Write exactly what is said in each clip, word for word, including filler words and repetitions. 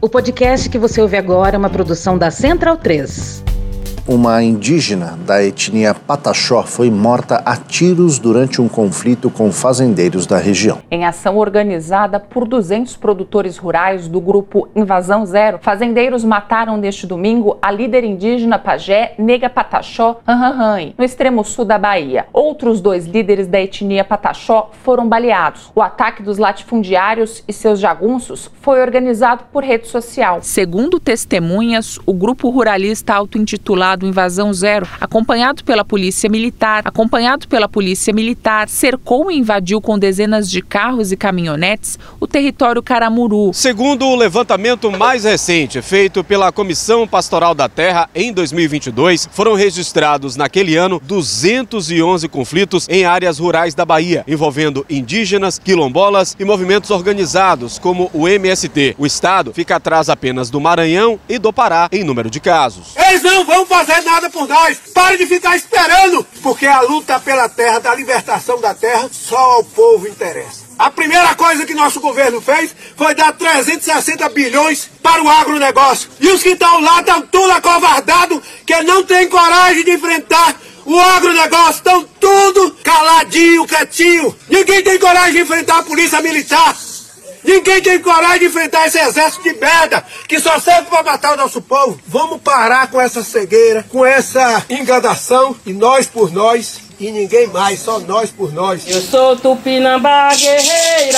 O podcast que você ouve agora é uma produção da Central três. Uma indígena da etnia Pataxó foi morta a tiros durante um conflito com fazendeiros da região. Em ação organizada por duzentos produtores rurais do grupo Invasão Zero, fazendeiros mataram neste domingo a líder indígena pajé Nega Pataxó Hanhanhan, no extremo sul da Bahia. Outros dois líderes da etnia Pataxó foram baleados. O ataque dos latifundiários e seus jagunços foi organizado por rede social. Segundo testemunhas, o grupo ruralista auto-intitulado Invasão Zero, acompanhado pela polícia militar, acompanhado pela polícia militar, cercou e invadiu com dezenas de carros e caminhonetes o território Caramuru. Segundo o levantamento mais recente feito pela Comissão Pastoral da Terra em dois mil e vinte e dois, foram registrados naquele ano duzentos e onze conflitos em áreas rurais da Bahia, envolvendo indígenas, quilombolas e movimentos organizados como o M S T. O estado fica atrás apenas do Maranhão e do Pará em número de casos. Eles não vão fazer fazer nada por nós. Pare de ficar esperando, porque a luta pela terra, da libertação da terra, só ao povo interessa. A primeira coisa que nosso governo fez foi dar trezentos e sessenta bilhões para o agronegócio. E os que estão lá estão tudo acovardados, que não tem coragem de enfrentar o agronegócio, estão tudo caladinho, quietinho. Ninguém tem coragem de enfrentar a polícia militar. Ninguém tem coragem de enfrentar esse exército de merda que só serve para matar o nosso povo. Vamos parar com essa cegueira, com essa enganação, e nós por nós e ninguém mais, só nós por nós. Eu sou Tupinambá guerreira,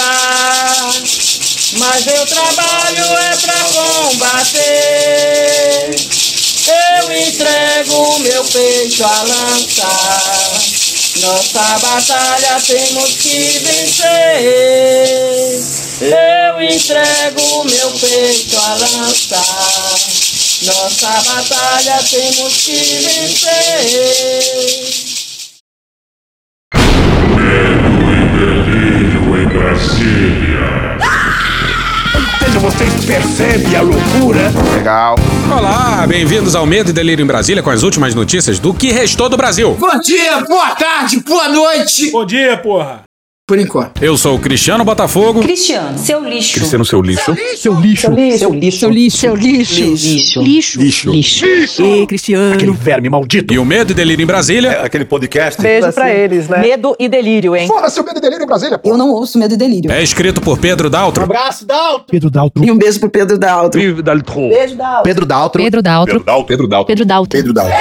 mas eu trabalho é pra combater. Eu entrego meu peito a lançar. Nossa batalha temos que vencer. Eu entrego meu peito a lançar. Nossa batalha temos que vencer. Medo e delírio em Brasília. Vocês percebem a loucura? Legal. Olá, bem-vindos ao Medo e Delírio em Brasília com as últimas notícias do que restou do Brasil. Bom dia, boa tarde, boa noite. Bom dia, porra. Por enquanto. Eu sou o Cristiano Botafogo. Cristiano, seu lixo. Cristiano, seu lixo. Seu lixo. Seu lixo. Seu lixo. Seu lixo. Seu lixo. Lixo. Lixo. Lixo. Lixo. Lixo. E Cristiano. Aquele verme maldito. E o Medo e Delírio em Brasília. É aquele podcast. Beijo pra eles, né? Medo e delírio, hein? Fora seu Medo e Delírio em Brasília, pô. Eu não ouço Medo e Delírio. É escrito por Pedro Daltro. Um abraço, Daltro. Pedro Daltro. E um beijo pro Pedro Daltro. Pedro Daltro. Beijo, Daltro. Pedro Daltro. Pedro Daltro. Pedro Daltro. Pedro Daltro. Pedro Daltro. Pedro Daltro.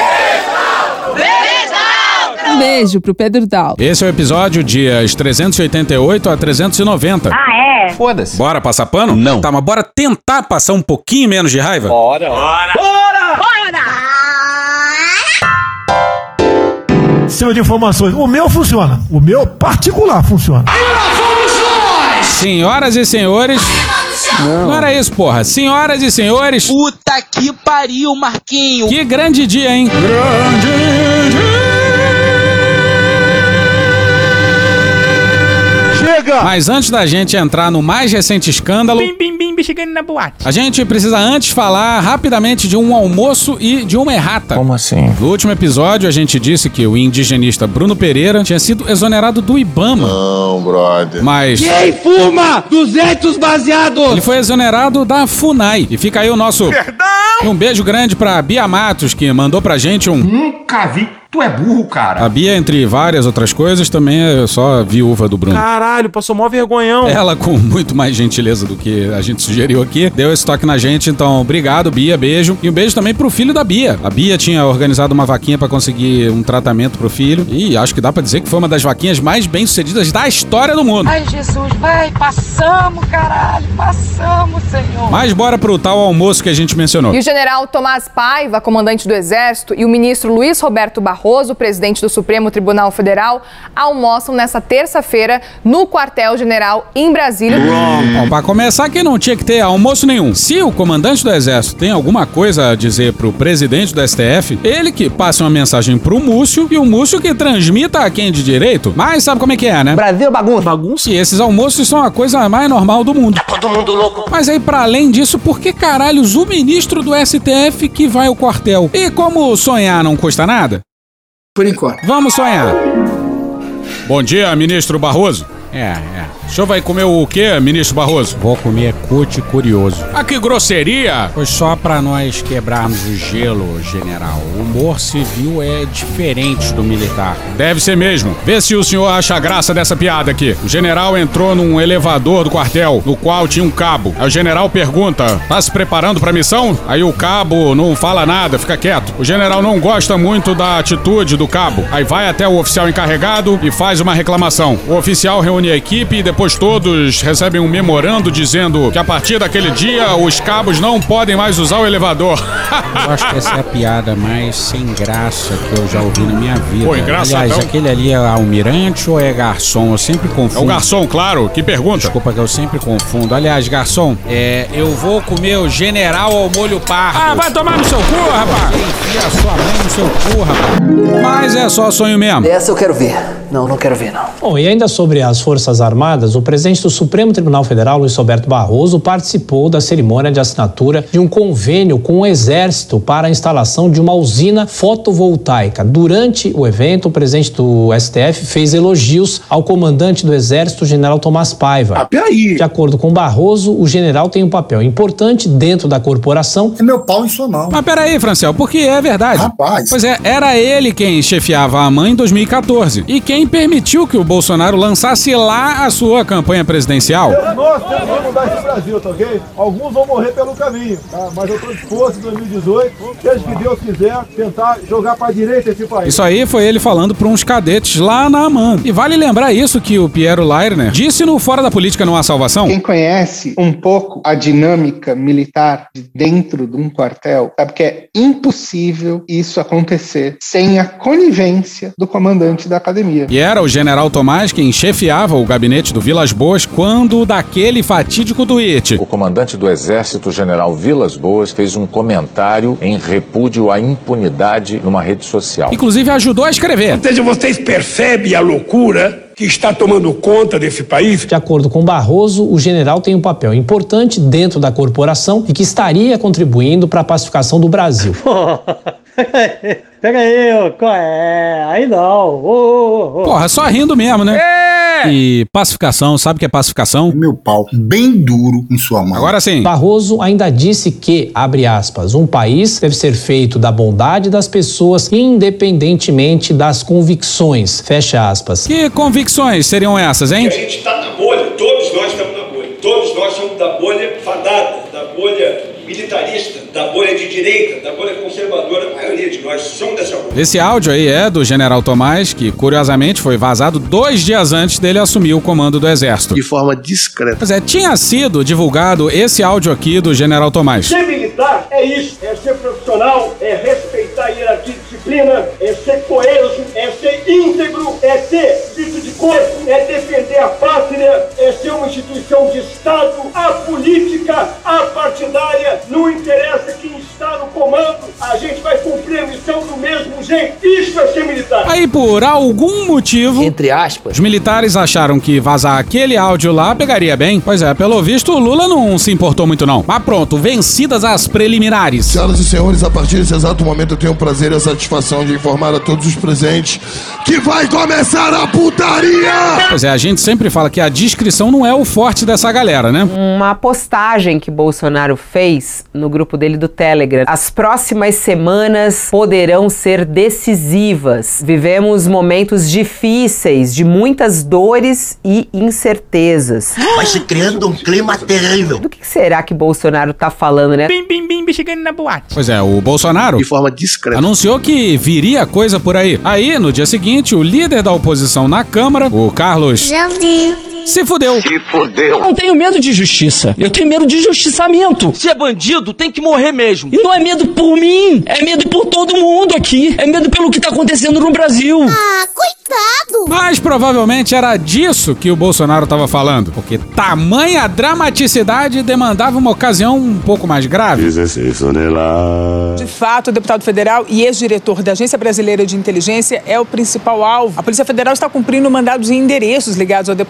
Um beijo pro Pedro Daltro. Esse é o episódio dias trezentos e oitenta e oito a trezentos e noventa. Ah, é? Foda-se. Bora passar pano? Não. Tá, mas bora tentar passar um pouquinho menos de raiva? Bora. Bora. Bora! Cima de informações. O meu funciona. O meu particular funciona. Senhoras e senhores... Não. Não era isso, porra. Senhoras e senhores... Puta que pariu, Marquinho. Que grande dia, hein? Grande dia. Chega! Mas antes da gente entrar no mais recente escândalo... Bim, bim, bim, chegando na boate. A gente precisa antes falar rapidamente de um almoço e de uma errata. Como assim? No último episódio, a gente disse que o indigenista Bruno Pereira tinha sido exonerado do Ibama. Não, brother. Mas... Quem fuma? duzentos baseados! Ele foi exonerado da FUNAI. E fica aí o nosso... Perdão! E um beijo grande pra Bia Matos, que mandou pra gente um... Nunca vi. Tu é burro, cara. A Bia, entre várias outras coisas, também é só viúva do Bruno. Caralho, passou mó vergonhão. Ela, com muito mais gentileza do que a gente sugeriu aqui, deu esse toque na gente. Então, obrigado, Bia, beijo. E um beijo também pro filho da Bia. A Bia tinha organizado uma vaquinha pra conseguir um tratamento pro filho. E acho que dá pra dizer que foi uma das vaquinhas mais bem-sucedidas da história do mundo. Ai, Jesus, vai, passamos, caralho, passamos, Senhor. Mas bora pro tal almoço que a gente mencionou. E o general Tomás Paiva, comandante do Exército, e o ministro Luiz Roberto Barroso, presidente do Supremo Tribunal Federal, almoçam nessa terça-feira no quartel-general em Brasília. Bom, pra começar, que não tinha que ter almoço nenhum. Se o comandante do Exército tem alguma coisa a dizer pro presidente do S T F, ele que passe uma mensagem pro Múcio e o Múcio que transmita a quem de direito. Mas sabe como é que é, né? Brasil bagunça. Bagunça. E esses almoços são a coisa mais normal do mundo. Todo mundo louco. Mas aí, pra além disso, por que caralhos o ministro do S T F que vai ao quartel? E como sonhar não custa nada? Por enquanto. Vamos sonhar. Bom dia, ministro Barroso. É, é. O senhor vai comer o quê, ministro Barroso? Vou comer cute curioso. Ah, que grosseria! Foi só pra nós quebrarmos o gelo, general. O humor civil é diferente do militar. Deve ser mesmo. Vê se o senhor acha a graça dessa piada aqui. O general entrou num elevador do quartel, no qual tinha um cabo. Aí o general pergunta, tá se preparando pra missão? Aí o cabo não fala nada, fica quieto. O general não gosta muito da atitude do cabo. Aí vai até o oficial encarregado e faz uma reclamação. O oficial reúne a equipe e depois todos recebem um memorando dizendo que a partir daquele dia os cabos não podem mais usar o elevador. Eu acho que essa é a piada mais sem graça que eu já ouvi na minha vida. Pô, engraçadão. Aliás, aquele ali é almirante ou é garçom? Eu sempre confundo. É o garçom, claro. Que pergunta? Desculpa que eu sempre confundo. Aliás, garçom, é, eu vou comer o general ao molho pardo. Ah, vai tomar no seu cu, rapaz! Enfia a sua mãe no seu cu, rapaz. Mas é só sonho mesmo. Essa eu quero ver. Não, não quero ver, não. Bom, e ainda sobre as Forças Armadas, o presidente do Supremo Tribunal Federal, Luiz Roberto Barroso, participou da cerimônia de assinatura de um convênio com o Exército para a instalação de uma usina fotovoltaica. Durante o evento, o presidente do S T F fez elogios ao comandante do Exército, general Tomás Paiva. Ah, peraí. De acordo com Barroso, o general tem um papel importante dentro da corporação. É meu pau em sua mão. Mas peraí, Francel, porque é verdade. Rapaz. Pois é, era ele quem chefiava a AMAN em dois mil e quatorze. E quem permitiu que o Bolsonaro lançasse lá a sua campanha presidencial. Nós tentamos mudar esse Brasil, tá ok? Alguns vão morrer pelo caminho, tá? Mas eu tô disposto em dois mil e dezoito, seja que Deus quiser, tentar jogar pra direita esse país. Isso aí foi ele falando para uns cadetes lá na AMAN. E vale lembrar isso que o Piero Leirner disse no Fora da Política Não Há Salvação. Quem conhece um pouco a dinâmica militar de dentro de um quartel, sabe que é impossível isso acontecer sem a conivência do comandante da academia. E era o general Tomás quem chefiava o gabinete do Vilas Boas quando daquele fatídico tweet. O comandante do Exército, general Vilas Boas, fez um comentário em repúdio à impunidade numa rede social. Inclusive ajudou a escrever. Ou seja, vocês percebem a loucura que está tomando conta desse país? De acordo com Barroso, o general tem um papel importante dentro da corporação e que estaria contribuindo para a pacificação do Brasil. Pega aí, qual é? Aí não. Oh, oh, oh. Porra, só rindo mesmo, né? É! E pacificação, sabe o que é pacificação? Meu pau bem duro em sua mão. Agora sim. Barroso ainda disse que, abre aspas, um país deve ser feito da bondade das pessoas independentemente das convicções. Fecha aspas. Que convicções seriam essas, hein? A gente está na bolha, todos nós estamos na bolha. Todos nós somos da bolha fadada, da bolha militarista, da bolha de direita, da bolha conservadora. A maioria de nós somos dessa bolha. Esse áudio aí é do general Tomás, que curiosamente foi vazado dois dias antes dele assumir o comando do Exército. De forma discreta. Pois é, tinha sido divulgado esse áudio aqui do general Tomás. Ser militar é isso, é ser profissional, é respeitar a hierarquia e disciplina, é ser coeso, é ser íntegro, é ter sentido de corpo, é defender a pátria, é ser uma instituição de Estado, a política, a partidária, não interessa quem está no comando, a gente vai cumprir a missão do mesmo jeito. Isso é ser militar. Aí, por algum motivo, entre aspas, os militares acharam que vazar aquele áudio lá pegaria bem. Pois é, pelo visto, o Lula não se importou muito não. Mas pronto, vencidas as preliminares. Senhoras e senhores, a partir desse exato momento eu tenho o prazer e a satisfação de informar a todos os presentes que vai começar a putaria! Pois é, a gente sempre fala que a discrição não é o forte dessa galera, né? Uma postagem que Bolsonaro fez no grupo dele do Telegram. As próximas semanas poderão ser decisivas. Vivemos momentos difíceis, de muitas dores e incertezas. Vai se criando um clima terrível. Do que será que Bolsonaro tá falando, né? Bim, bim, bim, chegando na boate. Pois é, o Bolsonaro, de forma discreta, anunciou que viria coisa por aí. Aí, no dia seguinte, o líder da oposição na Câmara, o Carlos... Se fudeu. Se fudeu. Não tenho medo de justiça. Eu tenho medo de justiçamento. Se é bandido, tem que morrer mesmo. E não é medo por mim. É medo por todo mundo aqui. É medo pelo que tá acontecendo no Brasil. Ah, coitado. Mas provavelmente era disso que o Bolsonaro tava falando. Porque tamanha dramaticidade demandava uma ocasião um pouco mais grave. De fato, o deputado federal e ex-diretor da Agência Brasileira de Inteligência é o principal alvo. A Polícia Federal está cumprindo mandados e endereços ligados ao deputado federal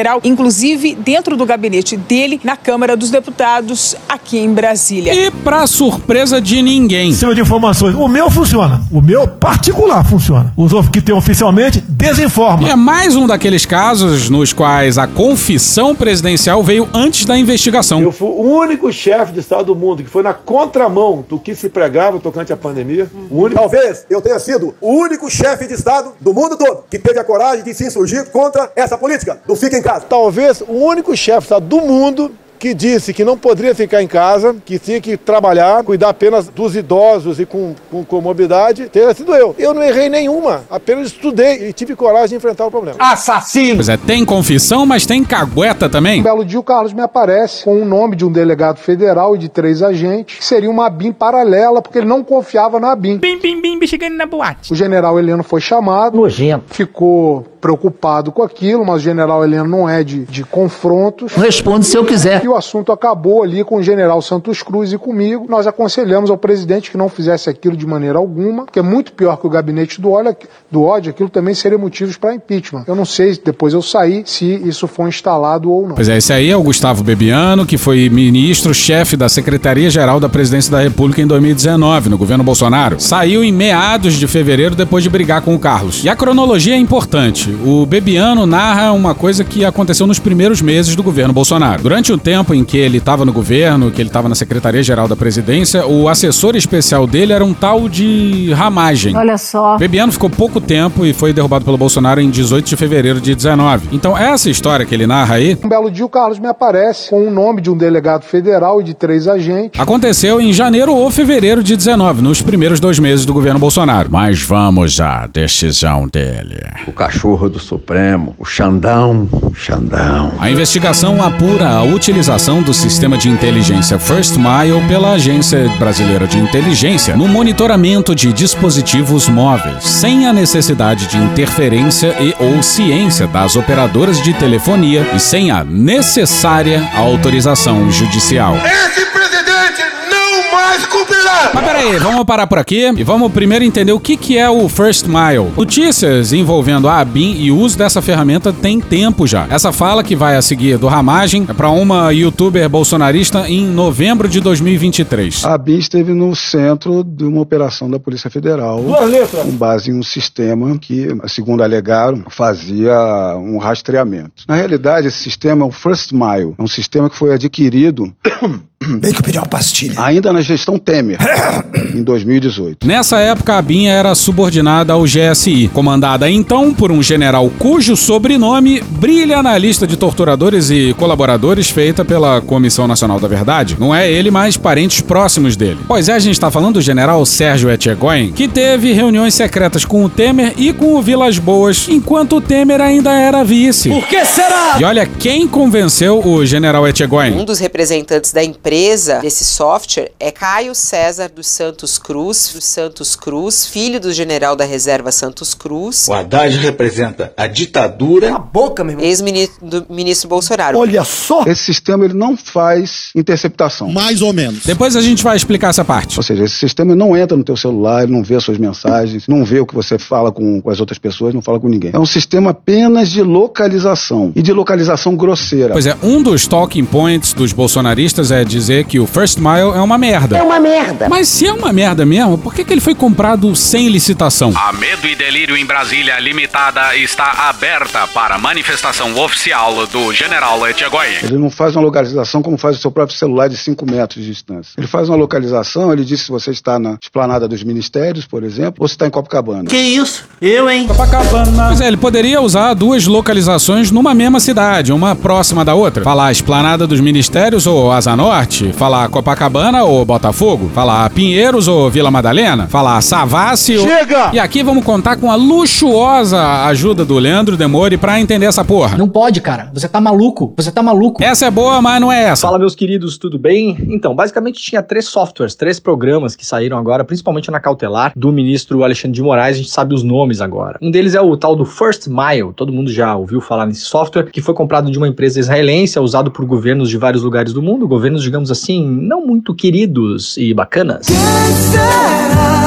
Federal, inclusive dentro do gabinete dele, na Câmara dos Deputados, aqui em Brasília. E pra surpresa de ninguém, Sistema de informações. O meu funciona. O meu particular funciona. Os outros que tem oficialmente desinforma. E é mais um daqueles casos nos quais a confissão presidencial veio antes da investigação. Eu fui o único chefe de Estado do mundo que foi na contramão do que se pregava tocante à pandemia. O único... Talvez eu tenha sido o único chefe de Estado do mundo todo que teve a coragem de se insurgir contra essa política do fica em casa. Talvez o único chefe de Estado do mundo que disse que não poderia ficar em casa, que tinha que trabalhar, cuidar apenas dos idosos e com, com comorbidade, teria sido eu. Eu não errei nenhuma, apenas estudei e tive coragem de enfrentar o problema. Assassino! Pois é, tem confissão, mas tem cagueta também. Um belo dia o Carlos me aparece com o nome de um delegado federal e de três agentes, que seria uma ABIN paralela, porque ele não confiava na ABIN. Bim, bim, bim, chegando na boate. O general Heleno foi chamado. Nojento. Ficou preocupado com aquilo, mas o general Heleno não é de, de confrontos. Responde se eu quiser. E o assunto acabou ali com o general Santos Cruz e comigo. Nós aconselhamos ao presidente que não fizesse aquilo de maneira alguma, que é muito pior que o gabinete do ódio, do ódio aquilo também seria motivos para impeachment. Eu não sei, depois eu saí, se isso foi instalado ou não. Pois é, esse aí é o Gustavo Bebiano, que foi ministro-chefe da Secretaria-Geral da Presidência da República em dois mil e dezenove, no governo Bolsonaro. Saiu em meados de fevereiro depois de brigar com o Carlos. E a cronologia é importante. O Bebiano narra uma coisa que aconteceu nos primeiros meses do governo Bolsonaro. Durante o tempo em que ele estava no governo, que ele estava na Secretaria-Geral da Presidência, o assessor especial dele era um tal de Ramagem. Olha só. Bebiano ficou pouco tempo e foi derrubado pelo Bolsonaro em dezoito de fevereiro de dezenove. Então essa história que ele narra aí... Um belo dia o Carlos me aparece com o nome de um delegado federal e de três agentes. Aconteceu em janeiro ou fevereiro de dezenove, nos primeiros dois meses do governo Bolsonaro. Mas vamos à decisão dele. O cachorro do Supremo, o Xandão, Xandão. A investigação apura a utilização do sistema de inteligência First Mile pela Agência Brasileira de Inteligência no monitoramento de dispositivos móveis, sem a necessidade de interferência e ou ciência das operadoras de telefonia e sem a necessária autorização judicial. Esse presidente não mais cumprirá! Mas peraí, vamos parar por aqui e vamos primeiro entender o que, que é o First Mile. Notícias envolvendo a ABIN e o uso dessa ferramenta tem tempo já. Essa fala que vai a seguir do Ramagem é para uma youtuber bolsonarista em novembro de dois mil e vinte e três. A ABIN esteve no centro de uma operação da Polícia Federal com base em um sistema que, segundo alegaram, fazia um rastreamento. Na realidade, esse sistema é o First Mile. É um sistema que foi adquirido... Bem que eu pedi uma pastilha. Ainda na gestão Temer, em dois mil e dezoito. Nessa época, a ABIN era subordinada ao G S I, comandada então por um general cujo sobrenome brilha na lista de torturadores e colaboradores feita pela Comissão Nacional da Verdade. Não é ele, mas parentes próximos dele. Pois é, a gente está falando do general Sérgio Etchegóin, que teve reuniões secretas com o Temer e com o Vilas Boas, enquanto o Temer ainda era vice. Por que será? E olha quem convenceu o general Etchegóin. Um dos representantes da empresa desse software é Caio César dos Santos Cruz, dos Santos Cruz, filho do general da reserva Santos Cruz. O Haddad representa a ditadura. A boca, meu irmão. Ex-ministro do ministro Bolsonaro. Olha só! Esse sistema ele não faz interceptação. Mais ou menos. Depois a gente vai explicar essa parte. Ou seja, esse sistema não entra no teu celular, ele não vê as suas mensagens, não vê o que você fala com, com as outras pessoas, não fala com ninguém. É um sistema apenas de localização e de localização grosseira. Pois é, um dos talking points dos bolsonaristas é dizer que o First Mile é uma merda. É uma merda. Mas se é uma merda mesmo, por que, que ele foi comprado sem licitação? A Medo e Delírio em Brasília Limitada está aberta para manifestação oficial do general Etchegóin. Ele não faz uma localização como faz o seu próprio celular de cinco metros de distância. Ele faz uma localização, ele diz se você está na esplanada dos ministérios, por exemplo, ou se está em Copacabana. Que isso? Eu, hein? Copacabana. Pois é, ele poderia usar duas localizações numa mesma cidade, uma próxima da outra. Falar esplanada dos ministérios ou Asa Norte, falar Copacabana ou Botafogo, falar Pinheiros ou Vila Madalena, falar Savassi ou... Chega! E aqui vamos contar com a luxuosa ajuda do Leandro Demore pra entender essa porra. Não pode, cara. Você tá maluco. Você tá maluco. Essa é boa, mas não é essa. Fala, meus queridos, tudo bem? Então, basicamente tinha três softwares, três programas que saíram agora, principalmente na cautelar do ministro Alexandre de Moraes, a gente sabe os nomes agora. Um deles é o tal do First Mile, todo mundo já ouviu falar nesse software, que foi comprado de uma empresa israelense, é usado por governos de vários lugares do mundo, governos, digamos assim, não muito queridos e bacanas. Quem será?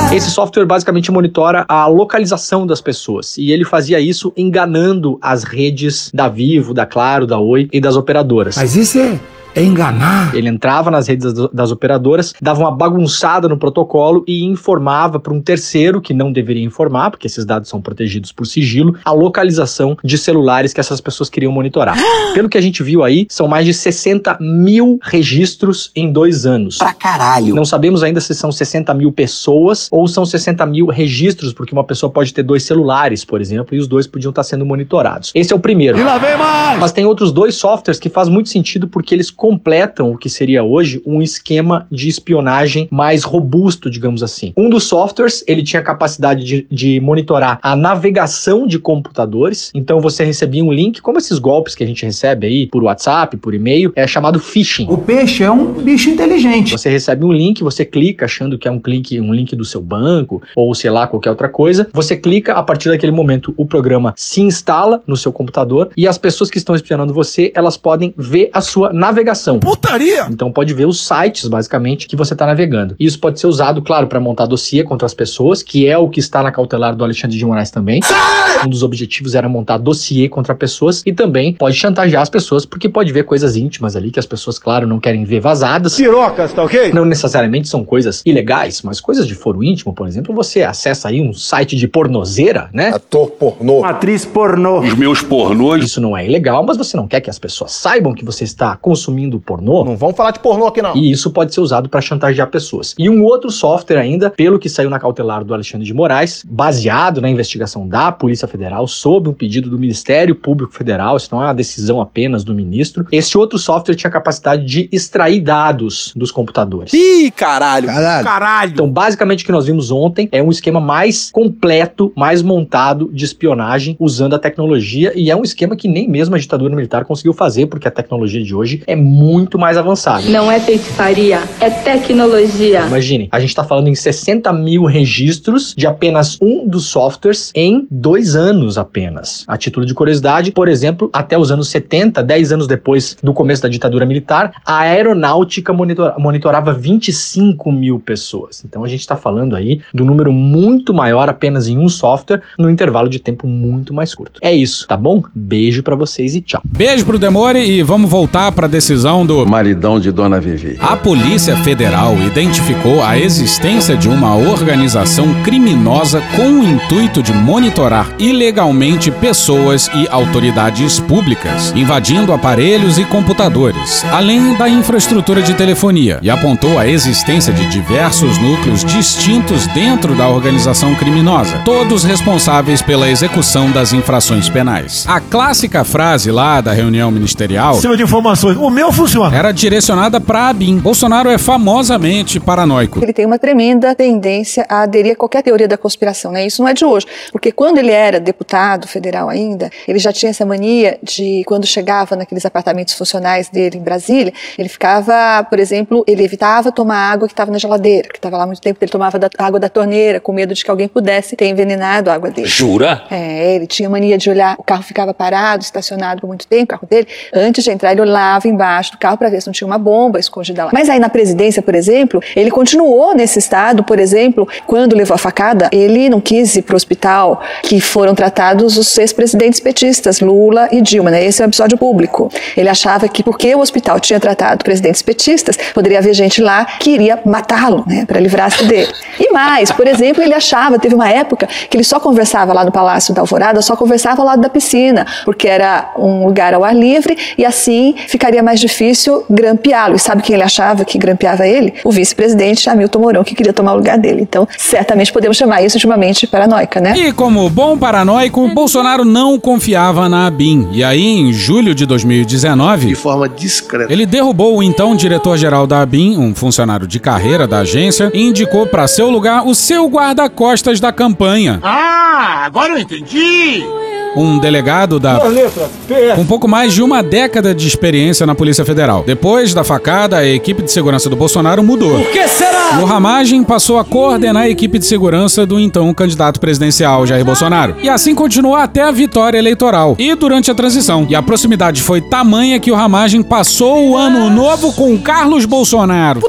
Esse software basicamente monitora a localização das pessoas e ele fazia isso enganando as redes da Vivo, da Claro, da Oi e das operadoras. Mas isso é... é enganar. Ele entrava nas redes das, das operadoras, dava uma bagunçada no protocolo e informava para um terceiro que não deveria informar, porque esses dados são protegidos por sigilo, a localização de celulares que essas pessoas queriam monitorar. Pelo que a gente viu aí, são mais de sessenta mil registros em dois anos. Pra caralho. Não sabemos ainda se são sessenta mil pessoas ou são sessenta mil registros, porque uma pessoa pode ter dois celulares, por exemplo, e os dois podiam estar sendo monitorados. Esse é o primeiro. E lá vem mais! Mas tem outros dois softwares que faz muito sentido porque eles completam o que seria hoje um esquema de espionagem mais robusto, digamos assim. Um dos softwares, ele tinha capacidade de, de monitorar a navegação de computadores, então você recebia um link, como esses golpes que a gente recebe aí por WhatsApp, por e-mail, é chamado phishing. O peixe é um bicho inteligente. Você recebe um link, você clica achando que é um clique, um link do seu banco, ou sei lá, qualquer outra coisa, você clica, a partir daquele momento o programa se instala no seu computador e as pessoas que estão espionando você, elas podem ver a sua navegação. Putaria! Então pode ver os sites, basicamente, que você está navegando. Isso pode ser usado, claro, para montar dossiê contra as pessoas, que é o que está na cautelar do Alexandre de Moraes também. Um dos objetivos era montar dossiê contra pessoas e também pode chantagear as pessoas, porque pode ver coisas íntimas ali que as pessoas, claro, não querem ver vazadas. Pirocas, tá ok? Não necessariamente são coisas ilegais, mas coisas de foro íntimo, por exemplo, você acessa aí um site de pornozeira, né? Ator pornô. Atriz pornô. Os meus pornôs. Isso não é ilegal, mas você não quer que as pessoas saibam que você está consumindo pornô. Não vamos falar de pornô aqui não. E isso pode ser usado para chantagear pessoas. E um outro software ainda, pelo que saiu na cautelar do Alexandre de Moraes, baseado na investigação da Polícia Federal, sob um pedido do Ministério Público Federal, isso não é uma decisão apenas do ministro, esse outro software tinha capacidade de extrair dados dos computadores. Ih, caralho. Caralho. Caralho. Então, basicamente, o que nós vimos ontem é um esquema mais completo, mais montado de espionagem usando a tecnologia, e é um esquema que nem mesmo a ditadura militar conseguiu fazer, porque a tecnologia de hoje é muito mais avançada. Não é feitiçaria, é tecnologia. Imagine, a gente tá falando em sessenta mil registros de apenas um dos softwares em dois anos apenas. A título de curiosidade, por exemplo, até os anos setenta, dez anos depois do começo da ditadura militar, a aeronáutica monitor, monitorava vinte e cinco mil pessoas. Então a gente tá falando aí de um número muito maior apenas em um software, num intervalo de tempo muito mais curto. É isso, tá bom? Beijo pra vocês e tchau. Beijo pro Demore e vamos voltar pra decisão do maridão de Dona Vivi. A Polícia Federal identificou a existência de uma organização criminosa com o intuito de monitorar ilegalmente pessoas e autoridades públicas, invadindo aparelhos e computadores, além da infraestrutura de telefonia, e apontou a existência de diversos núcleos distintos dentro da organização criminosa, todos responsáveis pela execução das infrações penais. A clássica frase lá da reunião ministerial, cima de informações, o meu funciona, era direcionada para ABIN. Bolsonaro é famosamente paranoico. Ele tem uma tremenda tendência a aderir a qualquer teoria da conspiração, né? Isso não é de hoje, porque quando ele era deputado federal ainda, ele já tinha essa mania de, quando chegava naqueles apartamentos funcionais dele em Brasília, ele ficava, por exemplo, ele evitava tomar água que estava na geladeira, que estava lá há muito tempo, ele tomava da, água da torneira, com medo de que alguém pudesse ter envenenado a água dele. Jura? É, ele tinha mania de olhar, o carro ficava parado, estacionado por muito tempo, o carro dele, antes de entrar ele olhava embaixo do carro para ver se não tinha uma bomba escondida lá. Mas aí na presidência, por exemplo, ele continuou nesse estado, por exemplo, quando levou a facada, ele não quis ir para o hospital que foram tratados os ex-presidentes petistas, Lula e Dilma, né? Esse é um episódio público. Ele achava que porque o hospital tinha tratado presidentes petistas, poderia haver gente lá que iria matá-lo, né? Para livrar-se dele. E mais, por exemplo, ele achava, teve uma época que ele só conversava lá no Palácio da Alvorada, só conversava ao lado da piscina, porque era um lugar ao ar livre e assim ficaria mais difícil grampeá-lo. E sabe quem ele achava que grampeava ele? O vice-presidente Hamilton Mourão, que queria tomar o lugar dele. Então, certamente podemos chamar isso de uma mente paranoica, né? E como bom paranoico, Bolsonaro não confiava na ABIN. E aí, em julho de dois mil e dezenove, de forma discreta, ele derrubou o então diretor-geral da ABIN, um funcionário de carreira da agência, e indicou para seu lugar o seu guarda-costas da campanha. Ah, agora eu entendi! Um delegado da... com um pouco mais de uma década de experiência na Polícia Federal. Depois da facada, a equipe de segurança do Bolsonaro mudou. Por que será? No Ramagem, passou a coordenar a equipe de segurança do então candidato presidencial, Jair Bolsonaro. E assim continuou até a vitória eleitoral e durante a transição. E a proximidade foi tamanha que o Ramagem passou o ano novo com Carlos Bolsonaro. Putz, ideia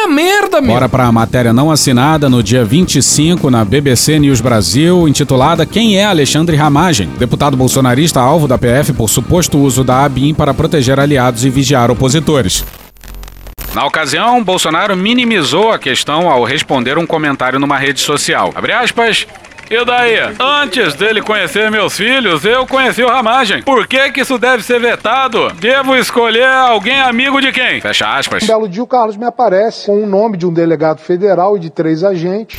Uma merda, meu. Bora pra matéria não assinada no dia vinte e cinco na B B C News Brasil, intitulada Quem é Alexandre Ramagem? Deputado bolsonarista alvo da P F por suposto uso da ABIN para proteger aliados e vigiar opositores. Na ocasião, Bolsonaro minimizou a questão ao responder um comentário numa rede social. Abre aspas. E daí? Antes dele conhecer meus filhos, eu conheci o Ramagem. Por que que isso deve ser vetado? Devo escolher alguém amigo de quem? Fecha aspas. Um belo dia o Carlos me aparece com o nome de um delegado federal e de três agentes.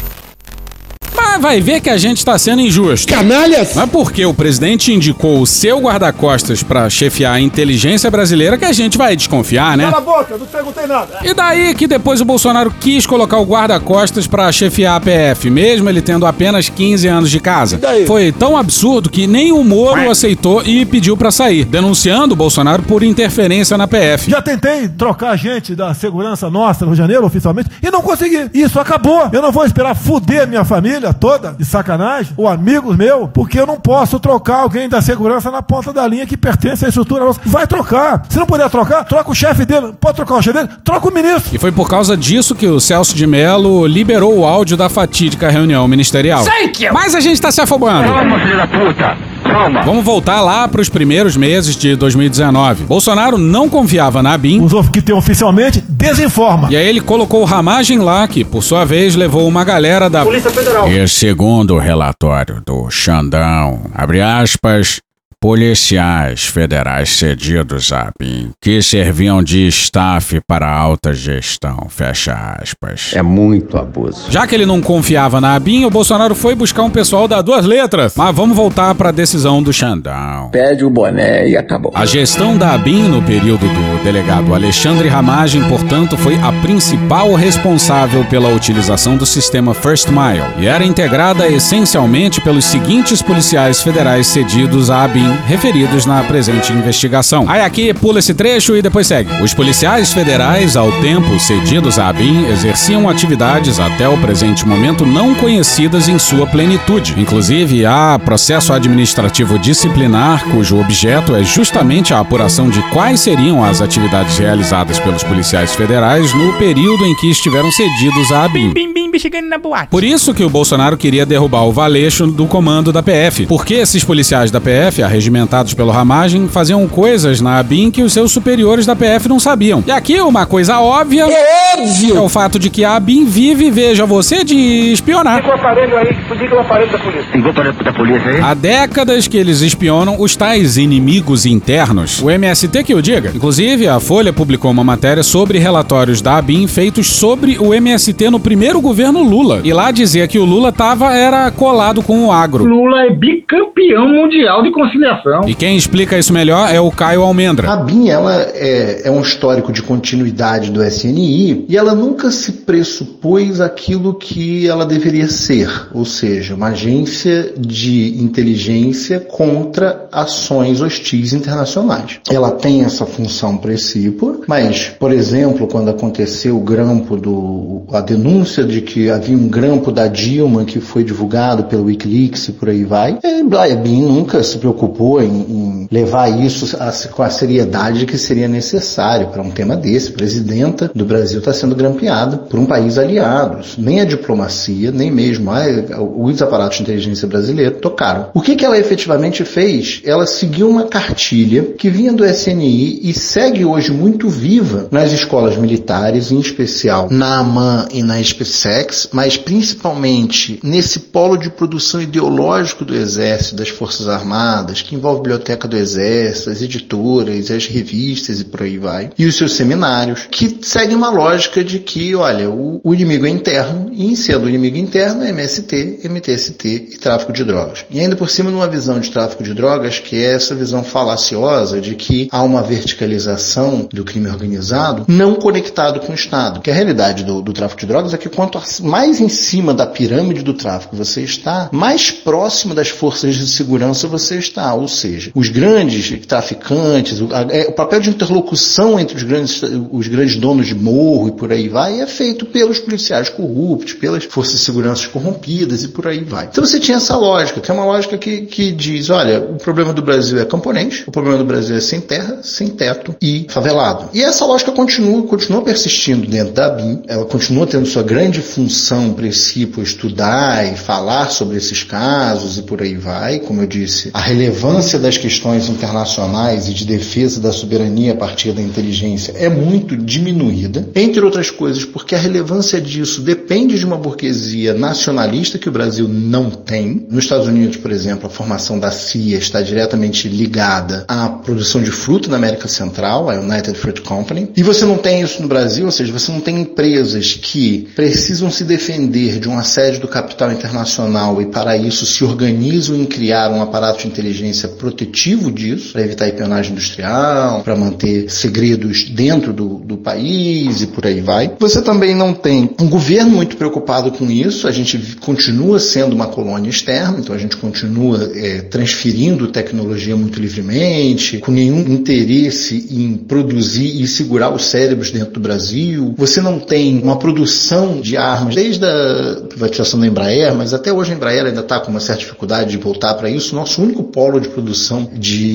Mas vai ver que a gente tá sendo injusto. Canalhas! Não é porque o presidente indicou o seu guarda-costas pra chefiar a inteligência brasileira que a gente vai desconfiar, né? Cala a boca, não te perguntei nada. E daí que depois o Bolsonaro quis colocar o guarda-costas pra chefiar a P F, mesmo ele tendo apenas quinze anos de casa. Foi tão absurdo que nem o Moro aceitou e pediu pra sair, denunciando o Bolsonaro por interferência na P F. Já tentei trocar a gente da segurança nossa no Rio de Janeiro, oficialmente, e não consegui. Isso acabou. Eu não vou esperar fuder minha família toda, de sacanagem, ou amigos meus, porque eu não posso trocar alguém da segurança na ponta da linha que pertence à estrutura nossa. Vai trocar. Se não puder trocar, troca o chefe dele. Pode trocar o chefe dele? Troca o ministro. E foi por causa disso que o Celso de Mello liberou o áudio da fatídica reunião ministerial. Thank you. Mas a gente tá se afobando. Calma, filho da puta. Calma. Vamos voltar lá para os primeiros meses de dois mil e dezenove. Bolsonaro não confiava na ABIN. Os que tem oficialmente desinforma. E aí ele colocou o Ramagem lá, que por sua vez levou uma galera da Polícia Federal. E segundo o relatório do Xandão, abre aspas, policiais federais cedidos à ABIN, que serviam de staff para alta gestão, fecha aspas. É muito abuso. Já que ele não confiava na ABIN, o Bolsonaro foi buscar um pessoal da duas letras. Mas vamos voltar para a decisão do Xandão. Pede o boné e acabou. A gestão da ABIN no período do delegado Alexandre Ramagem, portanto, foi a principal responsável pela utilização do sistema First Mile e era integrada essencialmente pelos seguintes policiais federais cedidos à ABIN, referidos na presente investigação. Aí aqui pula esse trecho e depois segue. Os policiais federais, ao tempo cedidos à ABIN, exerciam atividades até o presente momento não conhecidas em sua plenitude. Inclusive, há processo administrativo disciplinar, cujo objeto é justamente a apuração de quais seriam as atividades realizadas pelos policiais federais no período em que estiveram cedidos à ABIN. Bim, bim, bim, chegando na boate. Por isso que o Bolsonaro queria derrubar o Valeixo do comando da P F, porque esses policiais da P F, a regimentados pelo Ramagem, faziam coisas na ABIN que os seus superiores da P F não sabiam. E aqui uma coisa óbvia é, óbvio. é o fato de que a ABIN vive, veja você, de espionar. Liga o aparelho aí, liga o aparelho da polícia. Liga o aparelho da polícia aí. Há décadas que eles espionam os tais inimigos internos. O M S T que o diga. Inclusive, a Folha publicou uma matéria sobre relatórios da ABIN feitos sobre o M S T no primeiro governo Lula. E lá dizia que o Lula tava, era colado com o agro. Lula é bicampeão mundial de conciliação. E quem explica isso melhor é o Caio Almendra. A ABIN, ela é, é um histórico de continuidade do S N I e ela nunca se pressupôs aquilo que ela deveria ser, ou seja, uma agência de inteligência contra ações hostis internacionais. Ela tem essa função princípio, mas, por exemplo, quando aconteceu o grampo do... a denúncia de que havia um grampo da Dilma que foi divulgado pelo Wikileaks e por aí vai, a ABIN nunca se preocupou em, em levar isso a, com a seriedade que seria necessário para um tema desse. A presidenta do Brasil está sendo grampeada por um país aliado. Nem a diplomacia, nem mesmo a, os aparatos de inteligência brasileira tocaram. O que, que ela efetivamente fez? Ela seguiu uma cartilha que vinha do S N I e segue hoje muito viva nas escolas militares, em especial na AMAN e na SpaceX, mas principalmente nesse polo de produção ideológico do Exército, das Forças Armadas, que envolve a Biblioteca do Exército, as editoras, as revistas e por aí vai, e os seus seminários, que seguem uma lógica de que, olha, o, o inimigo é interno, e sendo o inimigo interno é M S T, M T S T e tráfico de drogas. E ainda por cima numa visão de tráfico de drogas, que é essa visão falaciosa de que há uma verticalização do crime organizado não conectado com o Estado. Que a realidade do, do tráfico de drogas é que quanto mais em cima da pirâmide do tráfico você está, mais próximo das forças de segurança você está. internacional, ou seja, os grandes traficantes, o, a, é, o papel de interlocução entre os grandes, os grandes donos de morro e por aí vai é feito pelos policiais corruptos, pelas forças de segurança corrompidas e por aí vai. Então você tinha essa lógica, que é uma lógica que, que diz, olha, o problema do Brasil é camponês, o problema do Brasil é sem terra, sem teto e favelado. E essa lógica continua, continua persistindo dentro da ABIN, ela continua tendo sua grande função, princípio, estudar e falar sobre esses casos e por aí vai. Como eu disse, a relevância das questões internacionais e de defesa da soberania a partir da inteligência é muito diminuída, entre outras coisas porque a relevância disso depende de uma burguesia nacionalista que o Brasil não tem. Nos Estados Unidos, por exemplo, a formação da C I A está diretamente ligada à produção de fruta na América Central, a United Fruit Company, e você não tem isso no Brasil, ou seja, você não tem empresas que precisam se defender de um assédio do capital internacional e para isso se organizam em criar um aparato de inteligência protetivo disso, para evitar espionagem industrial, para manter segredos dentro do, do país e por aí vai. Você também não tem um governo muito preocupado com isso, a gente continua sendo uma colônia externa, então a gente continua é, transferindo tecnologia muito livremente, com nenhum interesse em produzir e segurar os cérebros dentro do Brasil. Você não tem uma produção de armas, desde a privatização da Embraer, mas até hoje a Embraer ainda está com uma certa dificuldade de voltar para isso. Nosso único polo de produção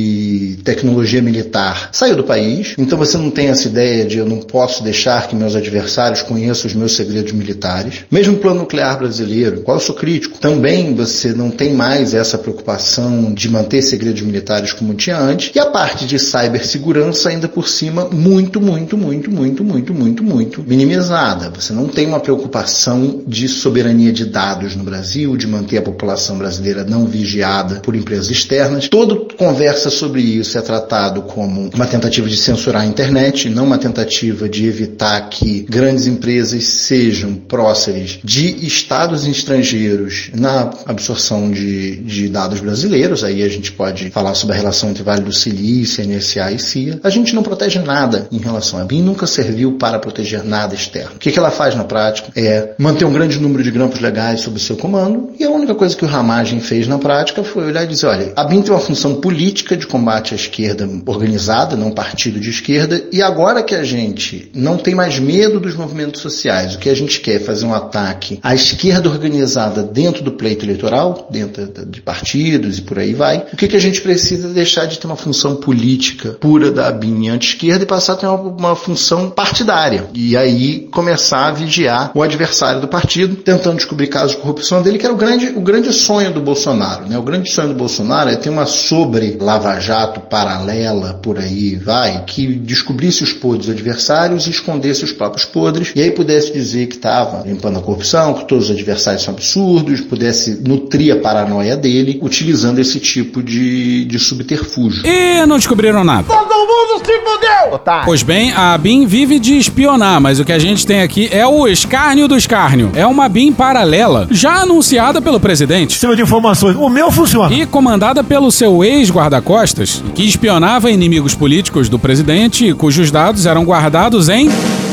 de tecnologia militar saiu do país, então você não tem essa ideia de eu não posso deixar que meus adversários conheçam os meus segredos militares. Mesmo o plano nuclear brasileiro, qual eu sou crítico, também você não tem mais essa preocupação de manter segredos militares como tinha antes, e a parte de cibersegurança ainda por cima muito, muito, muito, muito, muito, muito, muito minimizada. Você não tem uma preocupação de soberania de dados no Brasil, de manter a população brasileira não vigiada por empresas externas. Toda conversa sobre isso é tratado como uma tentativa de censurar a internet, não uma tentativa de evitar que grandes empresas sejam próceres de estados estrangeiros na absorção de, de dados brasileiros. Aí a gente pode falar sobre a relação entre Vale do Silício, N S A e C I A. A gente não protege nada em relação a BIM, nunca serviu para proteger nada externo. O que, que ela faz na prática é manter um grande número de grampos legais sob o seu comando, e a única coisa que o Ramagem fez na prática foi olhar e dizer, olha, a BIM tem uma função política de combate à esquerda organizada, não partido de esquerda, e agora que a gente não tem mais medo dos movimentos sociais, o que a gente quer é fazer um ataque à esquerda organizada dentro do pleito eleitoral, dentro de partidos e por aí vai, o que, que a gente precisa é deixar de ter uma função política pura da BIM anti-esquerda e passar a ter uma, uma função partidária. E aí começar a vigiar o adversário do partido, tentando descobrir casos de corrupção dele, que era o grande, o grande sonho do Bolsonaro, né? O grande sonho do Bolsonaro é ter uma sobre-lava-jato paralela por aí, vai, que descobrisse os podres dos adversários e escondesse os próprios podres, e aí pudesse dizer que estava limpando a corrupção, que todos os adversários são absurdos, pudesse nutrir a paranoia dele, utilizando esse tipo de, de subterfúgio. E não descobriram nada. Todo mundo se fudeu! Otário. Pois bem, a BIM vive de espionar, mas o que a gente tem aqui é o escárnio do escárnio. É uma BIM paralela, já anunciada pelo presidente. Sistema de informações. O meu funciona. E comandada pelo seu ex-guarda-costas, que espionava inimigos políticos do presidente, cujos dados eram guardados em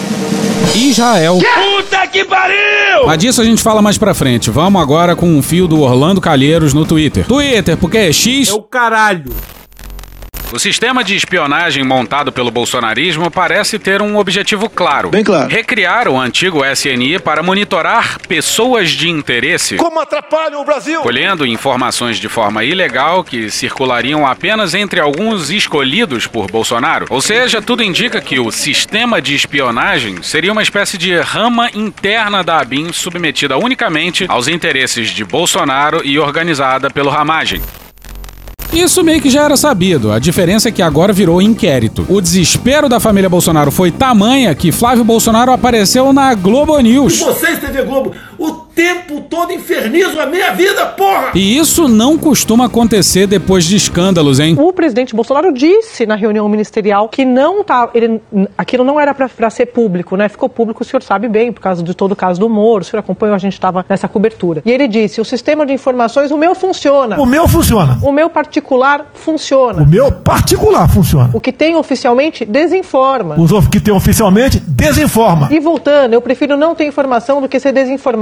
Israel. Puta que pariu! Mas disso a gente fala mais pra frente. Vamos agora com um fio do Orlando Calheiros no Twitter. Twitter, porque é X... É o caralho. O sistema de espionagem montado pelo bolsonarismo parece ter um objetivo claro. Bem claro. Recriar o antigo S N I para monitorar pessoas de interesse. Como atrapalham o Brasil? Colhendo informações de forma ilegal que circulariam apenas entre alguns escolhidos por Bolsonaro. Ou seja, tudo indica que o sistema de espionagem seria uma espécie de rama interna da ABIN submetida unicamente aos interesses de Bolsonaro e organizada pelo Ramagem. Isso meio que já era sabido, a diferença é que agora virou inquérito. O desespero da família Bolsonaro foi tamanha que Flávio Bolsonaro apareceu na Globo News. E vocês, T V Globo, o tempo todo infernizam a minha vida, porra! E isso não costuma acontecer depois de escândalos, hein? O presidente Bolsonaro disse na reunião ministerial que não tá, ele, aquilo não era pra, pra ser público, né? Ficou público, o senhor sabe bem, por causa de todo o caso do Moro, o senhor acompanhou, a gente estava nessa cobertura. E ele disse, o sistema de informações, o meu funciona. O meu funciona. O meu particular funciona. O meu particular funciona. O que tem oficialmente, desinforma. Os que tem oficialmente, desinforma. E voltando, eu prefiro não ter informação do que ser desinformado pelo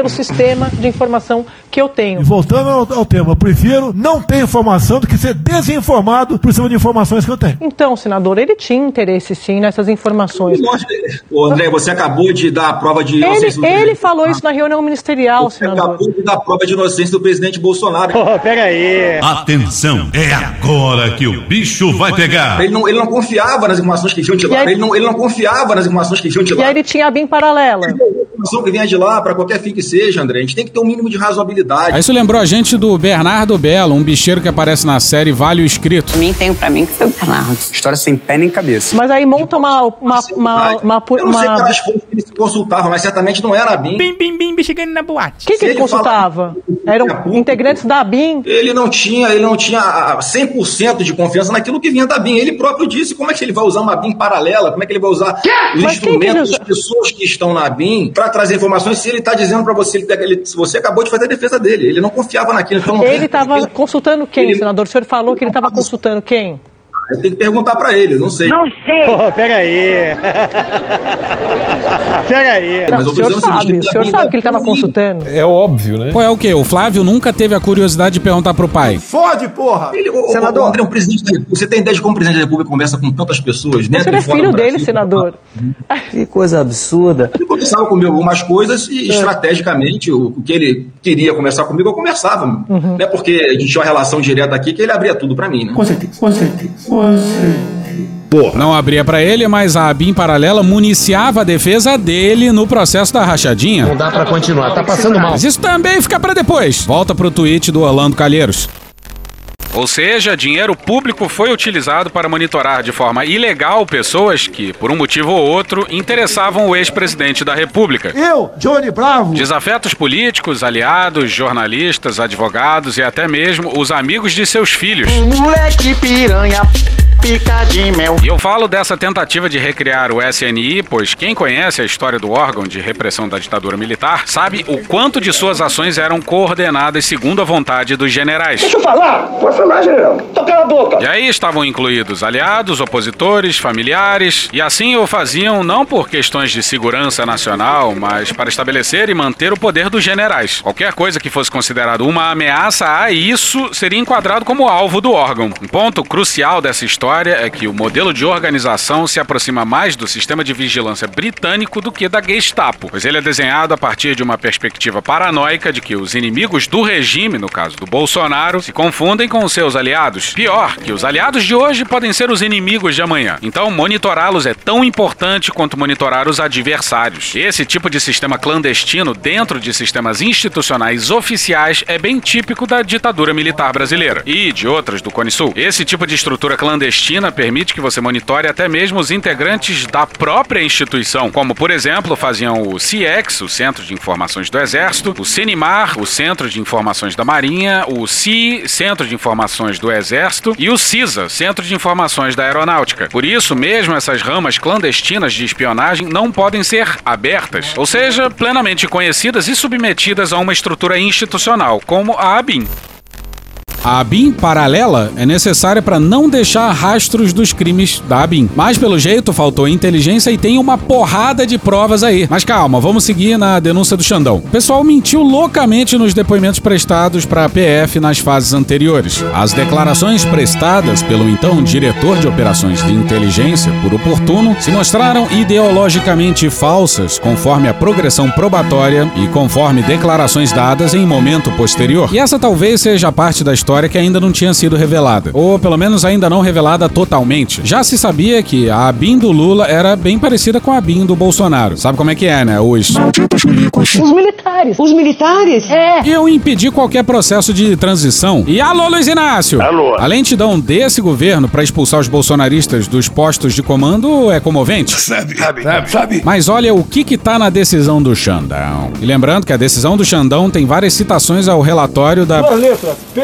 pelo sistema de informação que eu tenho. E voltando ao, ao tema, eu prefiro não ter informação do que ser desinformado por cima de informações que eu tenho. Então, senador, ele tinha interesse sim nessas informações. Ô, André, você acabou de dar a prova de inocência Ele, ele falou isso na reunião ministerial, você senador. acabou de dar a prova de inocência do presidente Bolsonaro. Oh, pera aí. Atenção, é agora que o bicho vai pegar. Ele não, ele não confiava nas informações que vinham de lá. Aí, ele, não, ele não confiava nas informações que vinham de lá. E aí ele tinha a B I M paralela. A informação que vinha de lá, para qualquer fim que seja, André, a gente tem que ter um mínimo de razoabilidade. Aí isso lembrou a gente do Bernardo Belo, um bicheiro que aparece na série Vale o Escrito. Pra mim, tenho pra mim que foi o Bernardo. História sem pé nem cabeça. Mas aí monta uma... uma, uma, uma, Eu não sei uma... quais fontes que ele se consultava, mas certamente não era a B I M. Bim, bim, bim, chegando na boate. Quem que ele, ele consultava? Eram integrantes da B I M? Ele não tinha, ele não tinha cem por cento de confiança naquilo que vinha da B I M. Ele próprio disse como é que ele vai usar uma B I M paralela, como é que ele vai usar Quê? os mas instrumentos das pessoas que estão na B I M para trazer informações se ele está dizendo para você, ele, ele, se você acabou de fazer a defesa dele. Ele não confiava naquilo. Então não ele estava ele... consultando quem, ele... senador? O senhor falou que ele estava consultando quem? Eu tenho que perguntar pra ele, não sei. Não sei. Oh, pera aí. Pera aí. Não, o senhor sabe, o senhor sabe que ele estava consultando. É óbvio, né? Pô, é o quê? O Flávio nunca teve a curiosidade de perguntar pro pai. Fode, porra! Ele, o, senador. O André, um presidente da República, você tem ideia de como o presidente da República conversa com tantas pessoas, né? Você é filho dele, senador. Que coisa absurda. Ele conversava comigo algumas coisas e, é. estrategicamente, o, o que ele queria conversar comigo, eu conversava. Uhum. Não é porque a gente tinha uma relação direta aqui que ele abria tudo pra mim, né? Com certeza, com certeza. Porra. Não abria pra ele, mas a B I M paralela municiava a defesa dele no processo da rachadinha. Não dá pra continuar, tá passando mal. Mas isso também fica pra depois. Volta pro tweet do Orlando Calheiros. Ou seja, dinheiro público foi utilizado para monitorar de forma ilegal pessoas que, por um motivo ou outro, interessavam o ex-presidente da República. Eu, Johnny Bravo. Desafetos políticos, aliados, jornalistas, advogados e até mesmo os amigos de seus filhos. Moleque piranha. Pica de mel. E eu falo dessa tentativa de recriar o S N I, pois quem conhece a história do órgão de repressão da ditadura militar sabe o quanto de suas ações eram coordenadas segundo a vontade dos generais. Deixa eu falar! Pode falar, general. Toca na boca! E aí estavam incluídos aliados, opositores, familiares, e assim o faziam não por questões de segurança nacional, mas para estabelecer e manter o poder dos generais. Qualquer coisa que fosse considerado uma ameaça a isso seria enquadrado como alvo do órgão. Um ponto crucial dessa história é que o modelo de organização se aproxima mais do sistema de vigilância britânico do que da Gestapo, pois ele é desenhado a partir de uma perspectiva paranoica de que os inimigos do regime, no caso do Bolsonaro, se confundem com os seus aliados. Pior, que os aliados de hoje podem ser os inimigos de amanhã. Então, monitorá-los é tão importante quanto monitorar os adversários. Esse tipo de sistema clandestino dentro de sistemas institucionais oficiais é bem típico da ditadura militar brasileira e de outras do Cone Sul. Esse tipo de estrutura clandestina permite que você monitore até mesmo os integrantes da própria instituição, como, por exemplo, faziam o CIEX, o Centro de Informações do Exército, o CENIMAR, o Centro de Informações da Marinha, o C I, Centro de Informações do Exército, e o CISA, Centro de Informações da Aeronáutica. Por isso, mesmo essas ramas clandestinas de espionagem não podem ser abertas, ou seja, plenamente conhecidas e submetidas a uma estrutura institucional, como a ABIN. A B I M paralela é necessária para não deixar rastros dos crimes da B I M. Mas, pelo jeito, faltou inteligência e tem uma porrada de provas aí. Mas calma, vamos seguir na denúncia do Xandão. O pessoal mentiu loucamente nos depoimentos prestados para a P F nas fases anteriores. As declarações prestadas pelo então diretor de operações de inteligência, por oportuno, se mostraram ideologicamente falsas, conforme a progressão probatória e conforme declarações dadas em momento posterior. E essa talvez seja a parte da história que ainda não tinha sido revelada, ou pelo menos ainda não revelada totalmente. Já se sabia que a B I M do Lula era bem parecida com a B I M do Bolsonaro. Sabe como é que é, né? Os... Os militares. Os militares? É. Eu impedi qualquer processo de transição. E alô, Luiz Inácio! Alô! A lentidão desse governo para expulsar os bolsonaristas dos postos de comando é comovente. Sabe, sabe, sabe. sabe. Mas olha o que que tá na decisão do Xandão. E lembrando que a decisão do Xandão tem várias citações ao relatório da... Duas letras, P F.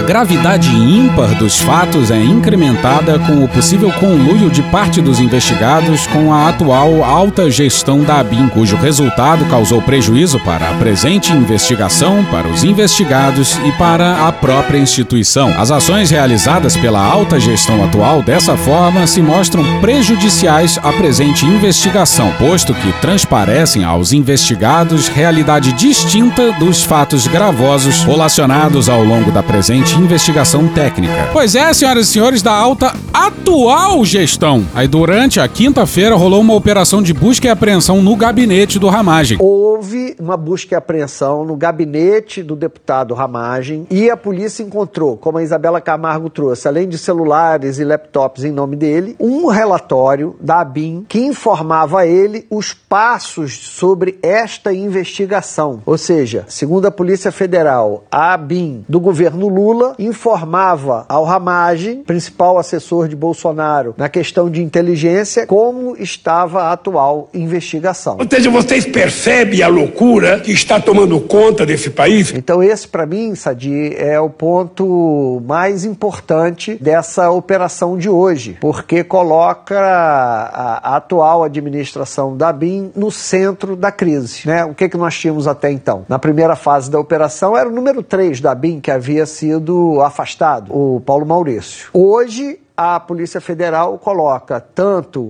gravidade ímpar dos fatos é incrementada com o possível conluio de parte dos investigados com a atual alta gestão da ABIN, cujo resultado causou prejuízo para a presente investigação, para os investigados e para a própria instituição. As ações realizadas pela alta gestão atual, dessa forma, se mostram prejudiciais à presente investigação, posto que transparecem aos investigados realidade distinta dos fatos gravosos relacionados ao longo da presente investigação técnica. Pois é, senhoras e senhores da alta atual gestão. Aí durante a quinta-feira rolou uma operação de busca e apreensão no gabinete do Ramagem. Houve uma busca e apreensão no gabinete do deputado Ramagem e a polícia encontrou, como a Isabela Camargo trouxe, além de celulares e laptops em nome dele, um relatório da ABIN que informava a ele os passos sobre esta investigação. Ou seja, segundo a Polícia Federal, a ABIN do governo Lula informava ao Ramagem, principal assessor de Bolsonaro na questão de inteligência, como estava a atual investigação. Ou seja, vocês percebem a loucura que está tomando conta desse país? Então esse, para mim, Sadi, é o ponto mais importante dessa operação de hoje, porque coloca a, a atual administração da ABIN no centro da crise, né? O que, que nós tínhamos até então? Na primeira fase da operação era o número três da ABIN que havia sido afastado, o Paulo Maurício. Hoje, a Polícia Federal coloca tanto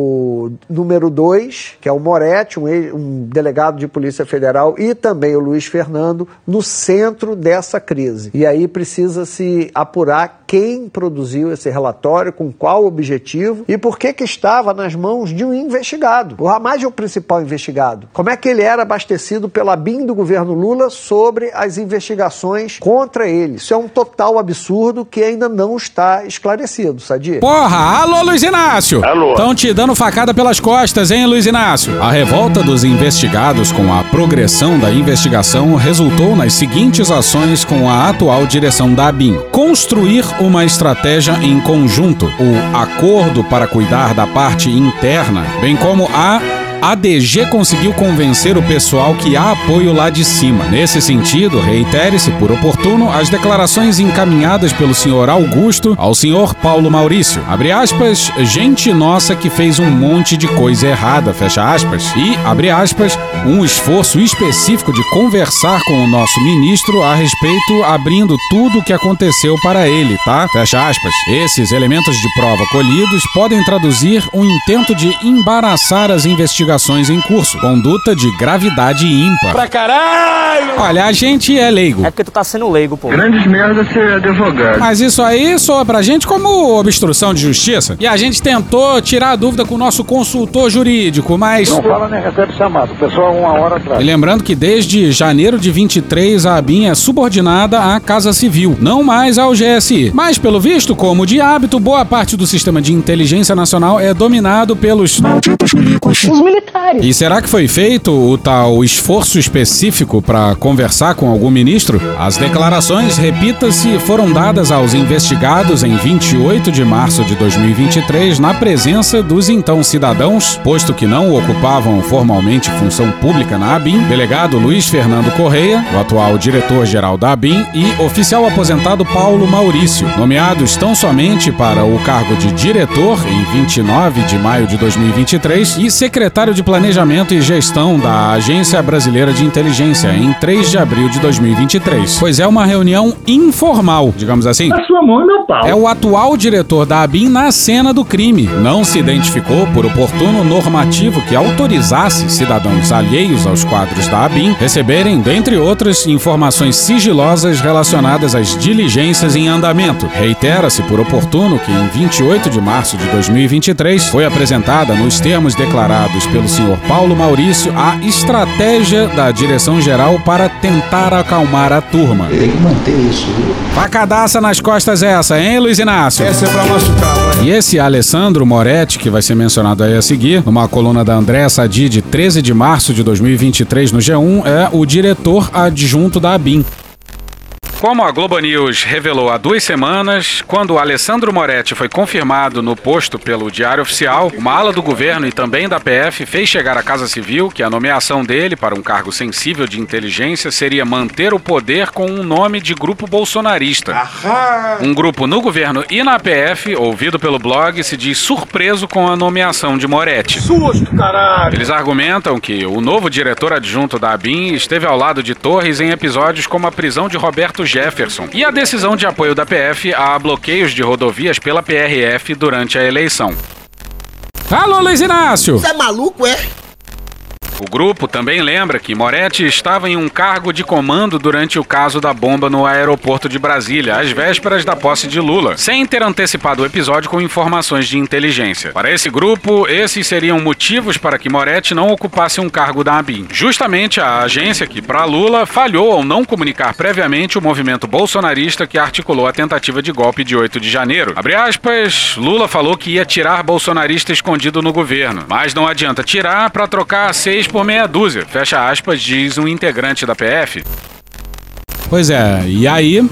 o número dois, que é o Moretti, um, um delegado de Polícia Federal, e também o Luiz Fernando, no centro dessa crise. E aí precisa se apurar quem produziu esse relatório, com qual objetivo e por que que estava nas mãos de um investigado. O Ramagem é o principal investigado. Como é que ele era abastecido pela ABIN do governo Lula sobre as investigações contra ele? Isso é um total absurdo que ainda não está esclarecido. Sadia. Porra, alô Luiz Inácio! Alô! Estão te dando facada pelas costas, hein, Luiz Inácio? A revolta dos investigados com a progressão da investigação resultou nas seguintes ações com a atual direção da ABIN. Construir uma estratégia em conjunto, o acordo para cuidar da parte interna, bem como a A D G conseguiu convencer o pessoal que há apoio lá de cima. Nesse sentido, reitere-se por oportuno as declarações encaminhadas pelo senhor Augusto ao senhor Paulo Maurício. Abre aspas, gente nossa que fez um monte de coisa errada, fecha aspas. E, abre aspas, um esforço específico de conversar com o nosso ministro a respeito, abrindo tudo o que aconteceu para ele, tá? Fecha aspas. Esses elementos de prova colhidos podem traduzir um intento de embaraçar as investigações em curso, conduta de gravidade ímpar. Pra caralho! Olha, a gente é leigo. É porque tu tá sendo leigo, pô. Grandes merda ser advogado. Mas isso aí soa pra gente como obstrução de justiça. E a gente tentou tirar a dúvida com o nosso consultor jurídico, mas... Não fala nem recebe chamado, o pessoal uma hora atrás. E lembrando que desde janeiro de vinte e três a ABIN é subordinada à Casa Civil, não mais ao G S I. Mas, pelo visto, como de hábito, boa parte do sistema de inteligência nacional é dominado pelos... malditos milicos. Os militares. E será que foi feito o tal esforço específico para conversar com algum ministro? As declarações, repita-se, foram dadas aos investigados em vinte e oito de março de dois mil e vinte e três na presença dos então cidadãos, posto que não ocupavam formalmente função pública na ABIN, delegado Luiz Fernando Correia, o atual diretor-geral da ABIN, e oficial aposentado Paulo Maurício, nomeados tão somente para o cargo de diretor em vinte e nove de maio de dois mil e vinte e três e secretário de Planejamento e Gestão da Agência Brasileira de Inteligência em três de abril de dois mil e vinte e três. Pois é uma reunião informal, digamos assim. A sua mão e meu pau. É o atual diretor da ABIN na cena do crime. Não se identificou por oportuno normativo que autorizasse cidadãos alheios aos quadros da ABIN receberem, dentre outras, informações sigilosas relacionadas às diligências em andamento. Reitera-se por oportuno que em vinte e oito de março de dois mil e vinte e três foi apresentada nos termos declarados pelo senhor Paulo Maurício a estratégia da direção-geral para tentar acalmar a turma. Tem que manter isso, viu? Facadaça nas costas essa, hein, Luiz Inácio? Essa é pra machucar, né? E esse Alessandro Moretti, que vai ser mencionado aí a seguir, numa coluna da Andréa Sadi de treze de março de dois mil e vinte e três no G um, é o diretor adjunto da ABIN. Como a Globo News revelou há duas semanas, quando Alessandro Moretti foi confirmado no posto pelo Diário Oficial, uma ala do governo e também da P F fez chegar à Casa Civil que a nomeação dele para um cargo sensível de inteligência seria manter o poder com um nome de grupo bolsonarista. Ahá. Um grupo no governo e na P F, ouvido pelo blog, se diz surpreso com a nomeação de Moretti. Susto, caralho! Eles argumentam que o novo diretor adjunto da ABIN esteve ao lado de Torres em episódios como a prisão de Roberto Jefferson e a decisão de apoio da P F a bloqueios de rodovias pela P R F durante a eleição. Alô, Luiz Inácio! Você é maluco, é? O grupo também lembra que Moretti estava em um cargo de comando durante o caso da bomba no aeroporto de Brasília, às vésperas da posse de Lula, sem ter antecipado o episódio com informações de inteligência. Para esse grupo, esses seriam motivos para que Moretti não ocupasse um cargo da ABIN. Justamente a agência que, para Lula, falhou ao não comunicar previamente o movimento bolsonarista que articulou a tentativa de golpe de oito de janeiro. Abre aspas, Lula falou que ia tirar bolsonarista escondido no governo, mas não adianta tirar para trocar seis por meia dúzia, fecha aspas, diz um integrante da P F. Pois é, e aí?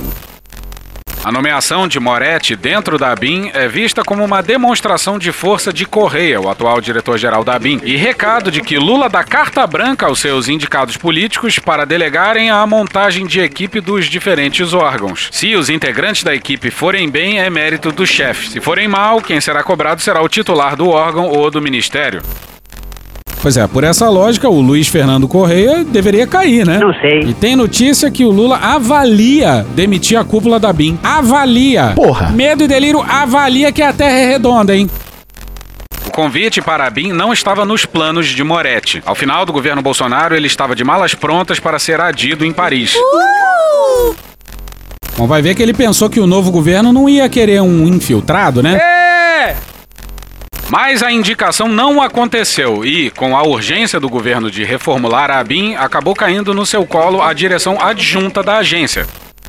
A nomeação de Moretti dentro da ABIN é vista como uma demonstração de força de Correia, o atual diretor-geral da ABIN, e recado de que Lula dá carta branca aos seus indicados políticos para delegarem a montagem de equipe dos diferentes órgãos. Se os integrantes da equipe forem bem, é mérito do chefe. Se forem mal, quem será cobrado será o titular do órgão ou do ministério. Pois é, por essa lógica, o Luiz Fernando Correia deveria cair, né? Não sei. E tem notícia que o Lula avalia demitir a cúpula da ABIN. Avalia! Porra! Medo e delírio avalia que a terra é redonda, hein? O convite para a ABIN não estava nos planos de Moretti. Ao final do governo Bolsonaro, ele estava de malas prontas para ser adido em Paris. Uh! Bom, vai ver que ele pensou que o novo governo não ia querer um infiltrado, né? É! Mas a indicação não aconteceu e, com a urgência do governo de reformular a ABIN, acabou caindo no seu colo a direção adjunta da agência.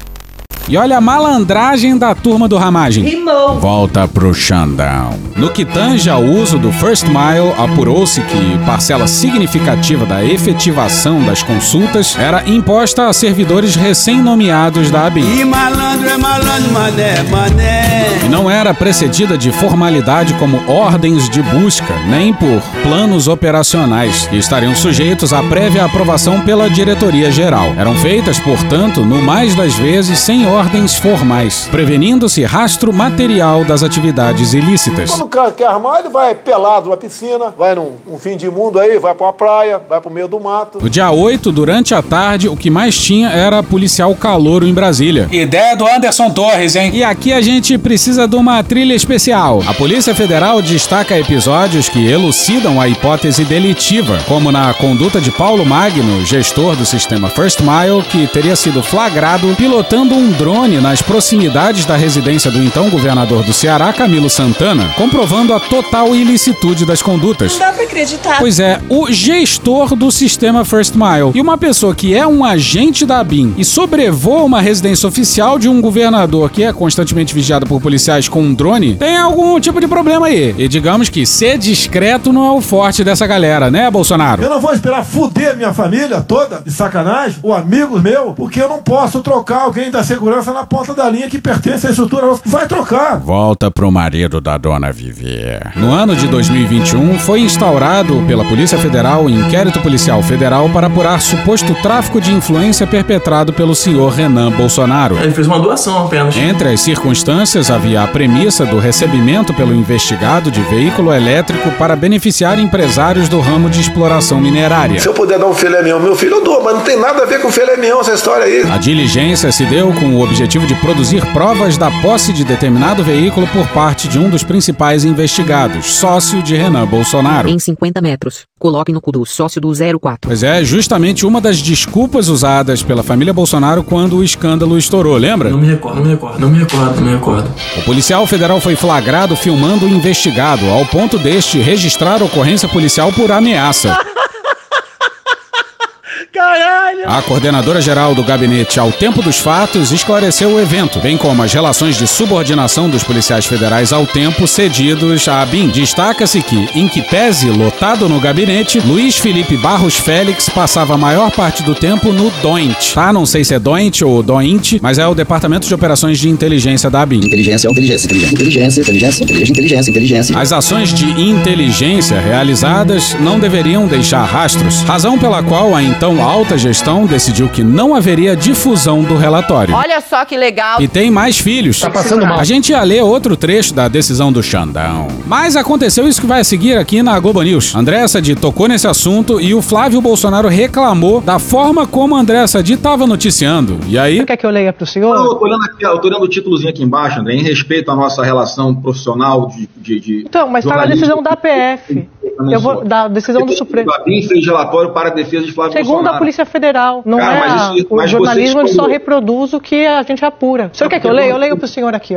E olha a malandragem da turma do Ramagem. Rimou. Volta pro Xandão. No que tange ao uso do First Mile, apurou-se que parcela significativa da efetivação das consultas era imposta a servidores recém-nomeados da ABIN. E malandro é malandro, mané, mané. E não era precedida de formalidade como ordens de busca, nem por planos operacionais, que estariam sujeitos à prévia aprovação pela diretoria geral. Eram feitas, portanto, no mais das vezes, sem ordens formais, prevenindo-se rastro material das atividades ilícitas. Quando o cara quer armar, ele vai pelado na piscina, vai num um fim de mundo aí, vai pra uma praia, vai pro meio do mato. No dia oito, durante a tarde, o que mais tinha era policial calouro em Brasília. Ideia do Anderson Torres, hein? E aqui a gente precisa de uma trilha especial. A Polícia Federal destaca episódios que elucidam a hipótese delitiva, como na conduta de Paulo Magno, gestor do sistema First Mile, que teria sido flagrado pilotando um drone nas proximidades da residência do então governador do Ceará, Camilo Santana, comprovando a total ilicitude das condutas. Não dá pra acreditar. Pois é, o gestor do sistema First Mile e uma pessoa que é um agente da ABIN e sobrevoa uma residência oficial de um governador que é constantemente vigiado por policiais com um drone, tem algum tipo de problema aí. E digamos que ser discreto não é o forte dessa galera, né, Bolsonaro? Eu não vou esperar fuder minha família toda, de sacanagem, ou amigos meus, porque eu não posso trocar alguém da segurança na ponta da linha que pertence à estrutura. Vai trocar. Volta pro marido da dona Viver. No ano de dois mil e vinte e um, foi instaurado pela Polícia Federal um inquérito policial federal para apurar suposto tráfico de influência perpetrado pelo senhor Renan Bolsonaro. Ele fez uma doação apenas. Entre as circunstâncias, havia a premissa do recebimento pelo investigado de veículo elétrico para beneficiar empresários do ramo de exploração minerária. Se eu puder dar um filé mignon ao meu filho, eu dou, mas não tem nada a ver com filé mignon essa história aí. A diligência se deu com o objetivo de produzir provas da posse de determinado veículo por parte de um dos principais investigados, sócio de Renan Bolsonaro. Em cinquenta metros, coloque no cu do sócio do zero quatro. Pois é, justamente uma das desculpas usadas pela família Bolsonaro quando o escândalo estourou, lembra? Não me recordo, não me recordo, não me recordo, não me recordo. O policial federal foi flagrado filmando o investigado, ao ponto deste registrar ocorrência policial por ameaça. Caralho, caralho! A coordenadora-geral do gabinete ao tempo dos fatos esclareceu o evento, bem como as relações de subordinação dos policiais federais ao tempo cedidos à ABIN. Destaca-se que, em que pese lotado no gabinete, Luiz Felipe Barros Félix passava a maior parte do tempo no D O I N T, tá? Não sei se é D O I N T ou D O I N T, mas é o Departamento de Operações de Inteligência da ABIN. Inteligência, inteligência, inteligência, inteligência, inteligência, inteligência, inteligência. As ações de inteligência realizadas não deveriam deixar rastros, razão pela qual a então alta gestão decidiu que não haveria difusão do relatório. Olha só que legal. E tem mais filhos. Tá passando mal. A gente ia ler outro trecho da decisão do Xandão. Mas aconteceu isso que vai seguir aqui na Globo News. André Sadi tocou nesse assunto e o Flávio Bolsonaro reclamou da forma como André Sadi estava noticiando. E aí... Você quer que eu leia pro senhor? Eu tô olhando, aqui, eu tô olhando o títulozinho aqui embaixo, André, em respeito à nossa relação profissional de... de, de então, mas tá na decisão da P F. Eu vou da decisão do Supremo. A ABIN fez relatório para a defesa de Flávio Segundo Bolsonaro. Segundo a Polícia Federal. Não Cara, é mas isso, a, mas o jornalismo ele só reproduz o que a gente apura. O senhor quer que eu leia? Eu leio pro senhor aqui, ó.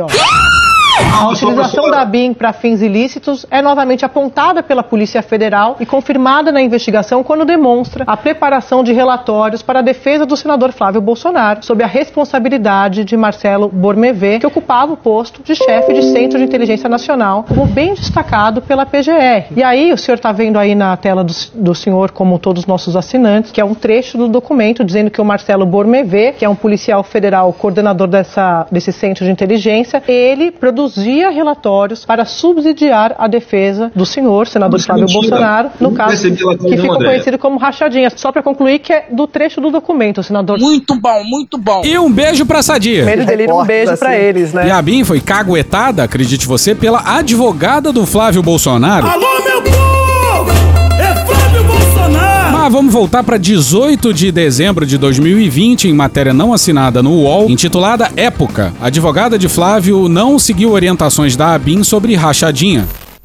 A utilização da ABIN para fins ilícitos é novamente apontada pela Polícia Federal e confirmada na investigação quando demonstra a preparação de relatórios para a defesa do senador Flávio Bolsonaro sob a responsabilidade de Marcelo Bormevé, que ocupava o posto de chefe de Centro de Inteligência Nacional, como bem destacado pela P G R. E aí, o senhor está vendo aí na tela do, do senhor, como todos os nossos assinantes, que é um trecho do documento dizendo que o Marcelo Bormevé, que é um policial federal coordenador dessa, desse Centro de Inteligência, ele produziu produzia relatórios para subsidiar a defesa do senhor, senador Flávio Bolsonaro, no caso que ficou conhecido como rachadinha. Só para concluir que é do trecho do documento, senador. Muito bom, muito bom. E um beijo pra Sadi. Primeiro delírio, um beijo pra eles, né? E a ABIN foi caguetada, acredite você, pela advogada do Flávio Bolsonaro. Alô, meu povo! É Flávio Bolsonaro! Mas vamos voltar para dezoito de dezembro de dois mil e vinte, em matéria não assinada no U O L, intitulada Época. A advogada de Flávio não seguiu orientações da ABIN sobre rachadinha.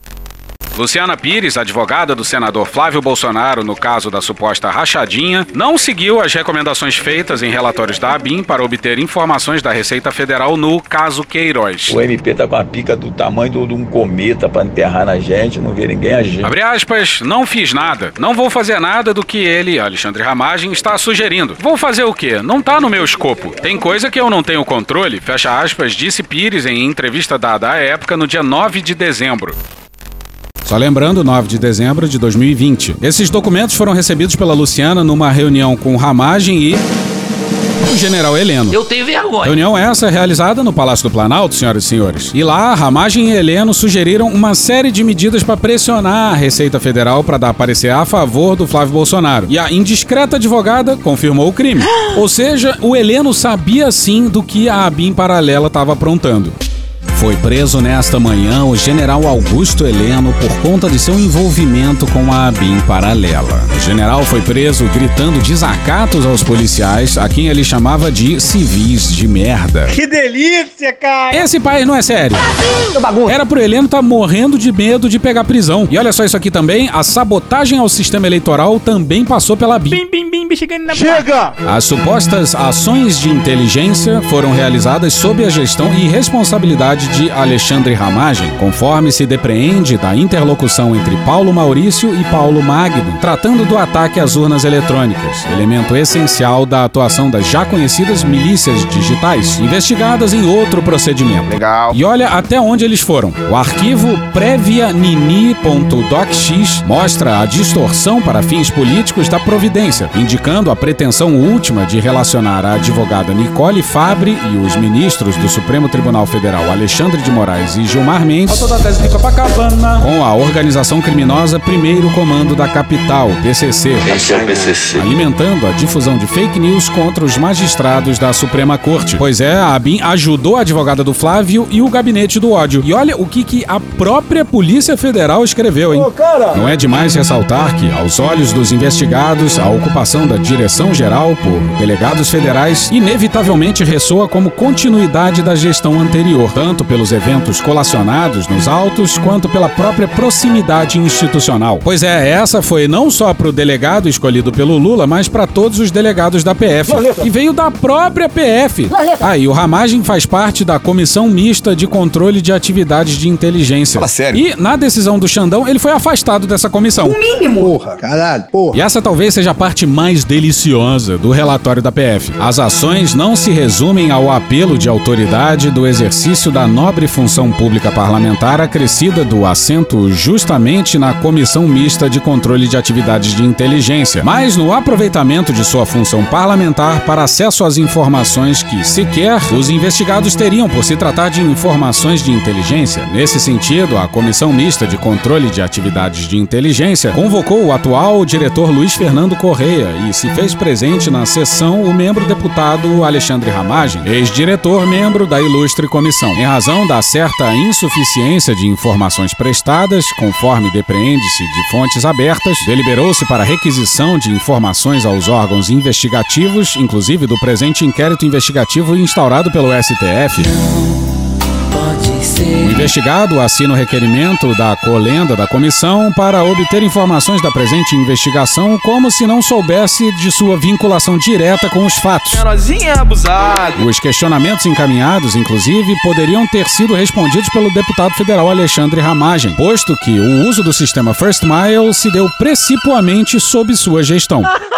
Luciana Pires, advogada do senador Flávio Bolsonaro no caso da suposta rachadinha, não seguiu as recomendações feitas em relatórios da ABIN para obter informações da Receita Federal no caso Queiroz. O M P tá com a pica do tamanho de um cometa para enterrar na gente, não vê ninguém agir. Abre aspas, não fiz nada. Não vou fazer nada do que ele, Alexandre Ramagem, está sugerindo. Vou fazer o quê? Não tá no meu escopo. Tem coisa que eu não tenho controle, fecha aspas, disse Pires em entrevista dada à época no dia nove de dezembro. Só lembrando, nove de dezembro de dois mil e vinte. Esses documentos foram recebidos pela Luciana numa reunião com Ramagem e o general Heleno. Eu tenho vergonha. Reunião essa realizada no Palácio do Planalto, senhoras e senhores. E lá, Ramagem e Heleno sugeriram uma série de medidas para pressionar a Receita Federal para dar parecer a favor do Flávio Bolsonaro. E a indiscreta advogada confirmou o crime. Ou seja, o Heleno sabia sim do que a ABIN paralela estava aprontando. Foi preso nesta manhã o general Augusto Heleno por conta de seu envolvimento com a ABIN paralela. O general foi preso gritando desacatos aos policiais, a quem ele chamava de civis de merda. Que delícia, cara! Esse país não é sério. Era pro Heleno estar tá morrendo de medo de pegar prisão. E olha só isso aqui também, a sabotagem ao sistema eleitoral também passou pela ABIN. Bim, bim, bim, chegando na Chega! As supostas ações de inteligência foram realizadas sob a gestão e responsabilidade de Alexandre Ramagem, conforme se depreende da interlocução entre Paulo Maurício e Paulo Magno, tratando do ataque às urnas eletrônicas, elemento essencial da atuação das já conhecidas milícias digitais, investigadas em outro procedimento. Legal. E olha até onde eles foram. O arquivo previanini ponto docx mostra a distorção para fins políticos da providência, indicando a pretensão última de relacionar a advogada Nicole Fabre e os ministros do Supremo Tribunal Federal Alexandre de Moraes e Gilmar Mendes com a organização criminosa Primeiro Comando da Capital, P C C, Esse é o P C C. alimentando a difusão de fake news contra os magistrados da Suprema Corte. Pois é, a ABIN ajudou a advogada do Flávio e o gabinete do ódio. E olha o que, que a própria Polícia Federal escreveu, hein? Não é demais ressaltar que, aos olhos dos investigados, a ocupação da direção-geral por delegados federais inevitavelmente ressoa como continuidade da gestão anterior, tanto tanto pelos eventos colacionados nos autos, quanto pela própria proximidade institucional. Pois é, essa foi não só para o delegado escolhido pelo Lula, mas para todos os delegados da P F. E veio da própria P F. Ah, e o Ramagem faz parte da Comissão Mista de Controle de Atividades de Inteligência. Fala sério. E, na decisão do Xandão, ele foi afastado dessa comissão. O mínimo. Porra, caralho, porra. E essa talvez seja a parte mais deliciosa do relatório da P F. As ações não se resumem ao apelo de autoridade do exercício da nobre função pública parlamentar acrescida do assento justamente na Comissão Mista de Controle de Atividades de Inteligência, mas no aproveitamento de sua função parlamentar para acesso às informações que sequer os investigados teriam por se tratar de informações de inteligência. Nesse sentido, a Comissão Mista de Controle de Atividades de Inteligência convocou o atual diretor Luiz Fernando Correia e se fez presente na sessão o membro deputado Alexandre Ramagem, ex-diretor membro da ilustre comissão. Em razão da certa insuficiência de informações prestadas, conforme depreende-se de fontes abertas, deliberou-se para requisição de informações aos órgãos investigativos, inclusive do presente inquérito investigativo instaurado pelo S T F. O investigado assina o requerimento da colenda da comissão para obter informações da presente investigação como se não soubesse de sua vinculação direta com os fatos. Menorzinha abusado. Os questionamentos encaminhados, inclusive, poderiam ter sido respondidos pelo deputado federal Alexandre Ramagem, posto que o uso do sistema First Mile se deu precipuamente sob sua gestão.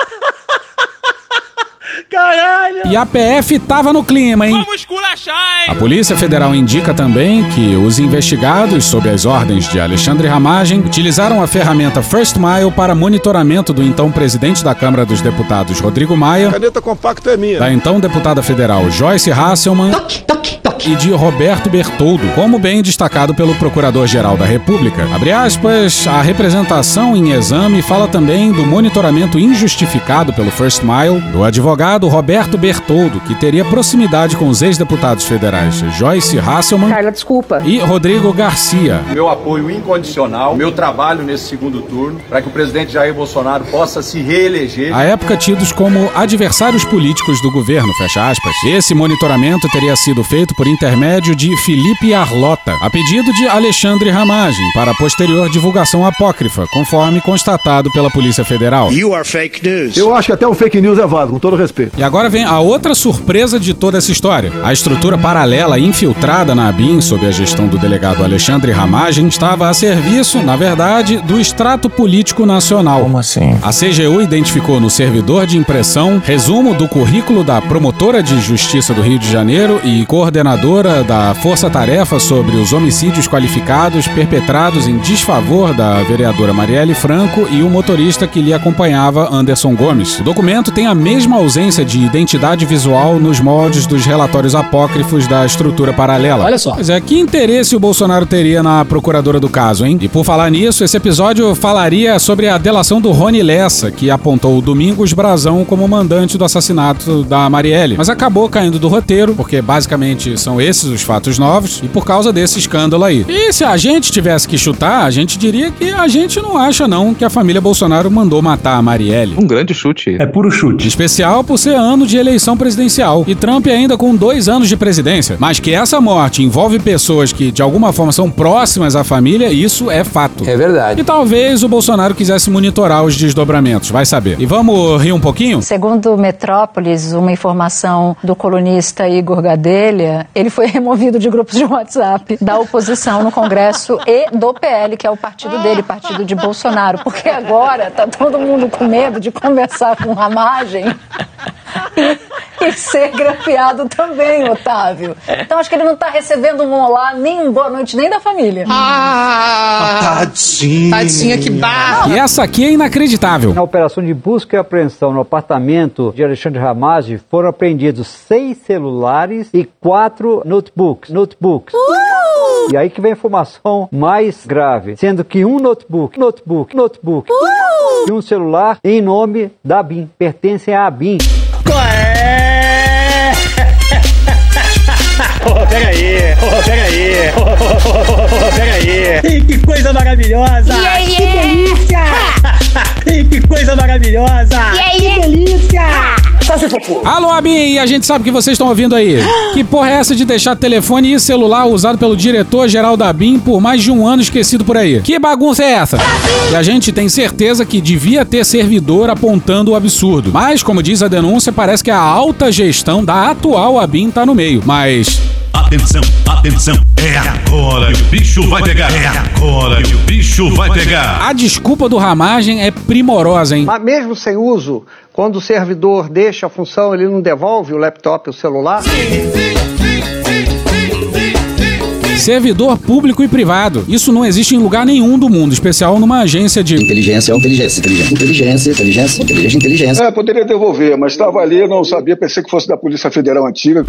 Caralho! E a P F tava no clima, hein? Vamos esculachar, hein? A Polícia Federal indica também que os investigados, sob as ordens de Alexandre Ramagem, utilizaram a ferramenta First Mile para monitoramento do então presidente da Câmara dos Deputados, Rodrigo Maia, Caneta compacta é minha. da então deputada federal Joyce Hasselmann Toque, toque, toque. e de Roberto Bertoldo, como bem destacado pelo Procurador-Geral da República. Abre aspas, a representação em exame fala também do monitoramento injustificado pelo First Mile do advogado Roberto Bertoldo, que teria proximidade com os ex-deputados federais Joyce Hasselmann Carla, desculpa. e Rodrigo Garcia. Meu apoio incondicional, meu trabalho nesse segundo turno, para que o presidente Jair Bolsonaro possa se reeleger. À época tidos como adversários políticos do governo, fecha aspas. Esse monitoramento teria sido feito por intermédio de Felipe Arlota, a pedido de Alexandre Ramagem, para posterior divulgação apócrifa, conforme constatado pela Polícia Federal. You are fake news. Eu acho que até o fake news é válido, com todo respeito. E agora vem a outra surpresa de toda essa história. A estrutura paralela infiltrada na ABIN, sob a gestão do delegado Alexandre Ramagem, estava a serviço, na verdade, do extrato político nacional. Como assim? A C G U identificou no servidor de impressão resumo do currículo da promotora de Justiça do Rio de Janeiro e coordenadora da Força Tarefa sobre os homicídios qualificados perpetrados em desfavor da vereadora Marielle Franco e o motorista que lhe acompanhava, Anderson Gomes. O documento tem a mesma ausência de identidade visual nos moldes dos relatórios apócrifos da estrutura paralela. Olha só. Pois é, que interesse o Bolsonaro teria na procuradora do caso, hein? E por falar nisso, esse episódio falaria sobre a delação do Rony Lessa, que apontou o Domingos Brazão como mandante do assassinato da Marielle, mas acabou caindo do roteiro, porque basicamente são esses os fatos novos, e por causa desse escândalo aí. E se a gente tivesse que chutar, a gente diria que a gente não acha não que a família Bolsonaro mandou matar a Marielle. Um grande chute. É puro chute. Especial por ser ano de eleição presidencial, e Trump ainda com dois anos de presidência. Mas que essa morte envolve pessoas que de alguma forma são próximas à família, isso é fato. É verdade. E talvez o Bolsonaro quisesse monitorar os desdobramentos, vai saber. E vamos rir um pouquinho? Segundo Metrópolis, uma informação do colunista Igor Gadelha, ele foi removido de grupos de WhatsApp da oposição no Congresso e do P L, que é o partido dele, partido de Bolsonaro, porque agora tá todo mundo com medo de conversar com Ramagem e ser grafiado também, Otávio. Então acho que ele não tá recebendo um olá, nem um boa noite, nem da família. Ah, tadinha. Tadinha, que barra. E essa aqui é inacreditável. Na operação de busca e apreensão no apartamento de Alexandre Ramagem, foram apreendidos seis celulares e quatro notebooks. Notebooks. Uh! E aí que vem a informação mais grave, sendo que um notebook, notebook, notebook uh! e um celular em nome da ABIN, pertencem à ABIN. É! Oh, pega aí, oh, pega aí, oh, oh, oh, oh, pega aí. Que coisa maravilhosa! Yeah, yeah. Que delícia! Que coisa maravilhosa! Yeah, yeah. Que delícia! Tô Só se for porra. Alô, ABIN, a gente sabe que vocês estão ouvindo aí. Que porra é essa de deixar telefone e celular usado pelo diretor-geral da ABIN por mais de um ano esquecido por aí? Que bagunça é essa? E a gente tem certeza que devia ter servidor apontando o absurdo. Mas, como diz a denúncia, parece que a alta gestão da atual ABIN tá no meio. Mas... Atenção, atenção, é agora que o bicho vai pegar. É agora que o bicho vai pegar. A desculpa do Ramagem é primorosa, hein? Mas mesmo sem uso, quando o servidor deixa a função, ele não devolve o laptop, o celular? Sim, sim, sim, sim, sim, sim. Servidor público e privado. Isso não existe em lugar nenhum do mundo, especial numa agência de... Inteligência, inteligência, inteligência, inteligência, inteligência, inteligência, inteligência. É, poderia devolver, mas estava ali, não sabia, pensei que fosse da Polícia Federal Antiga.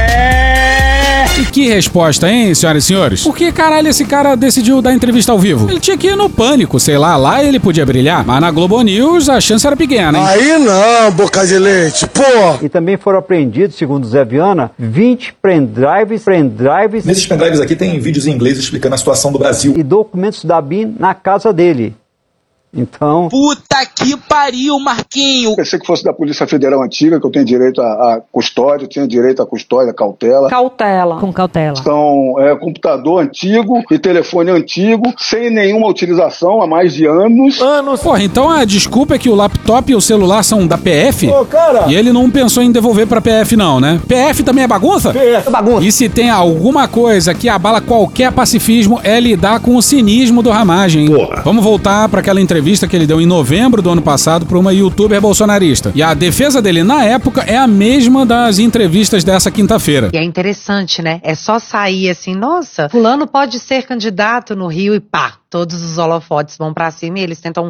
E que resposta, hein, senhoras e senhores? Por que caralho esse cara decidiu dar entrevista ao vivo? Ele tinha que ir no Pânico, sei lá, lá ele podia brilhar. Mas na Globo News a chance era pequena, hein? Aí não, boca de leite, pô! E também foram apreendidos, segundo Zé Viana, vinte pendrives, pendrives... Nesses pendrives aqui tem vídeos em inglês explicando a situação do Brasil. E documentos da ABIN na casa dele. Então... Puta que pariu, Marquinho! Pensei que fosse da Polícia Federal Antiga, que eu tenho direito a, a custódia, tinha direito a custódia, cautela. Cautela. Com cautela. Então, é computador antigo e telefone antigo, sem nenhuma utilização há mais de anos. Anos. Porra, então a desculpa é que o laptop e o celular são da P F? Ô, cara! E ele não pensou em devolver pra P F não, né? P F também é bagunça? P F é bagunça. E se tem alguma coisa que abala qualquer pacifismo é lidar com o cinismo do Ramagem. Porra. Vamos voltar pra aquela entrevista que ele deu em novembro do ano passado para uma youtuber bolsonarista. E a defesa dele na época é a mesma das entrevistas dessa quinta-feira. E é interessante, né? É só sair assim, nossa, fulano pode ser candidato no Rio e pá, todos os holofotes vão pra cima e eles tentam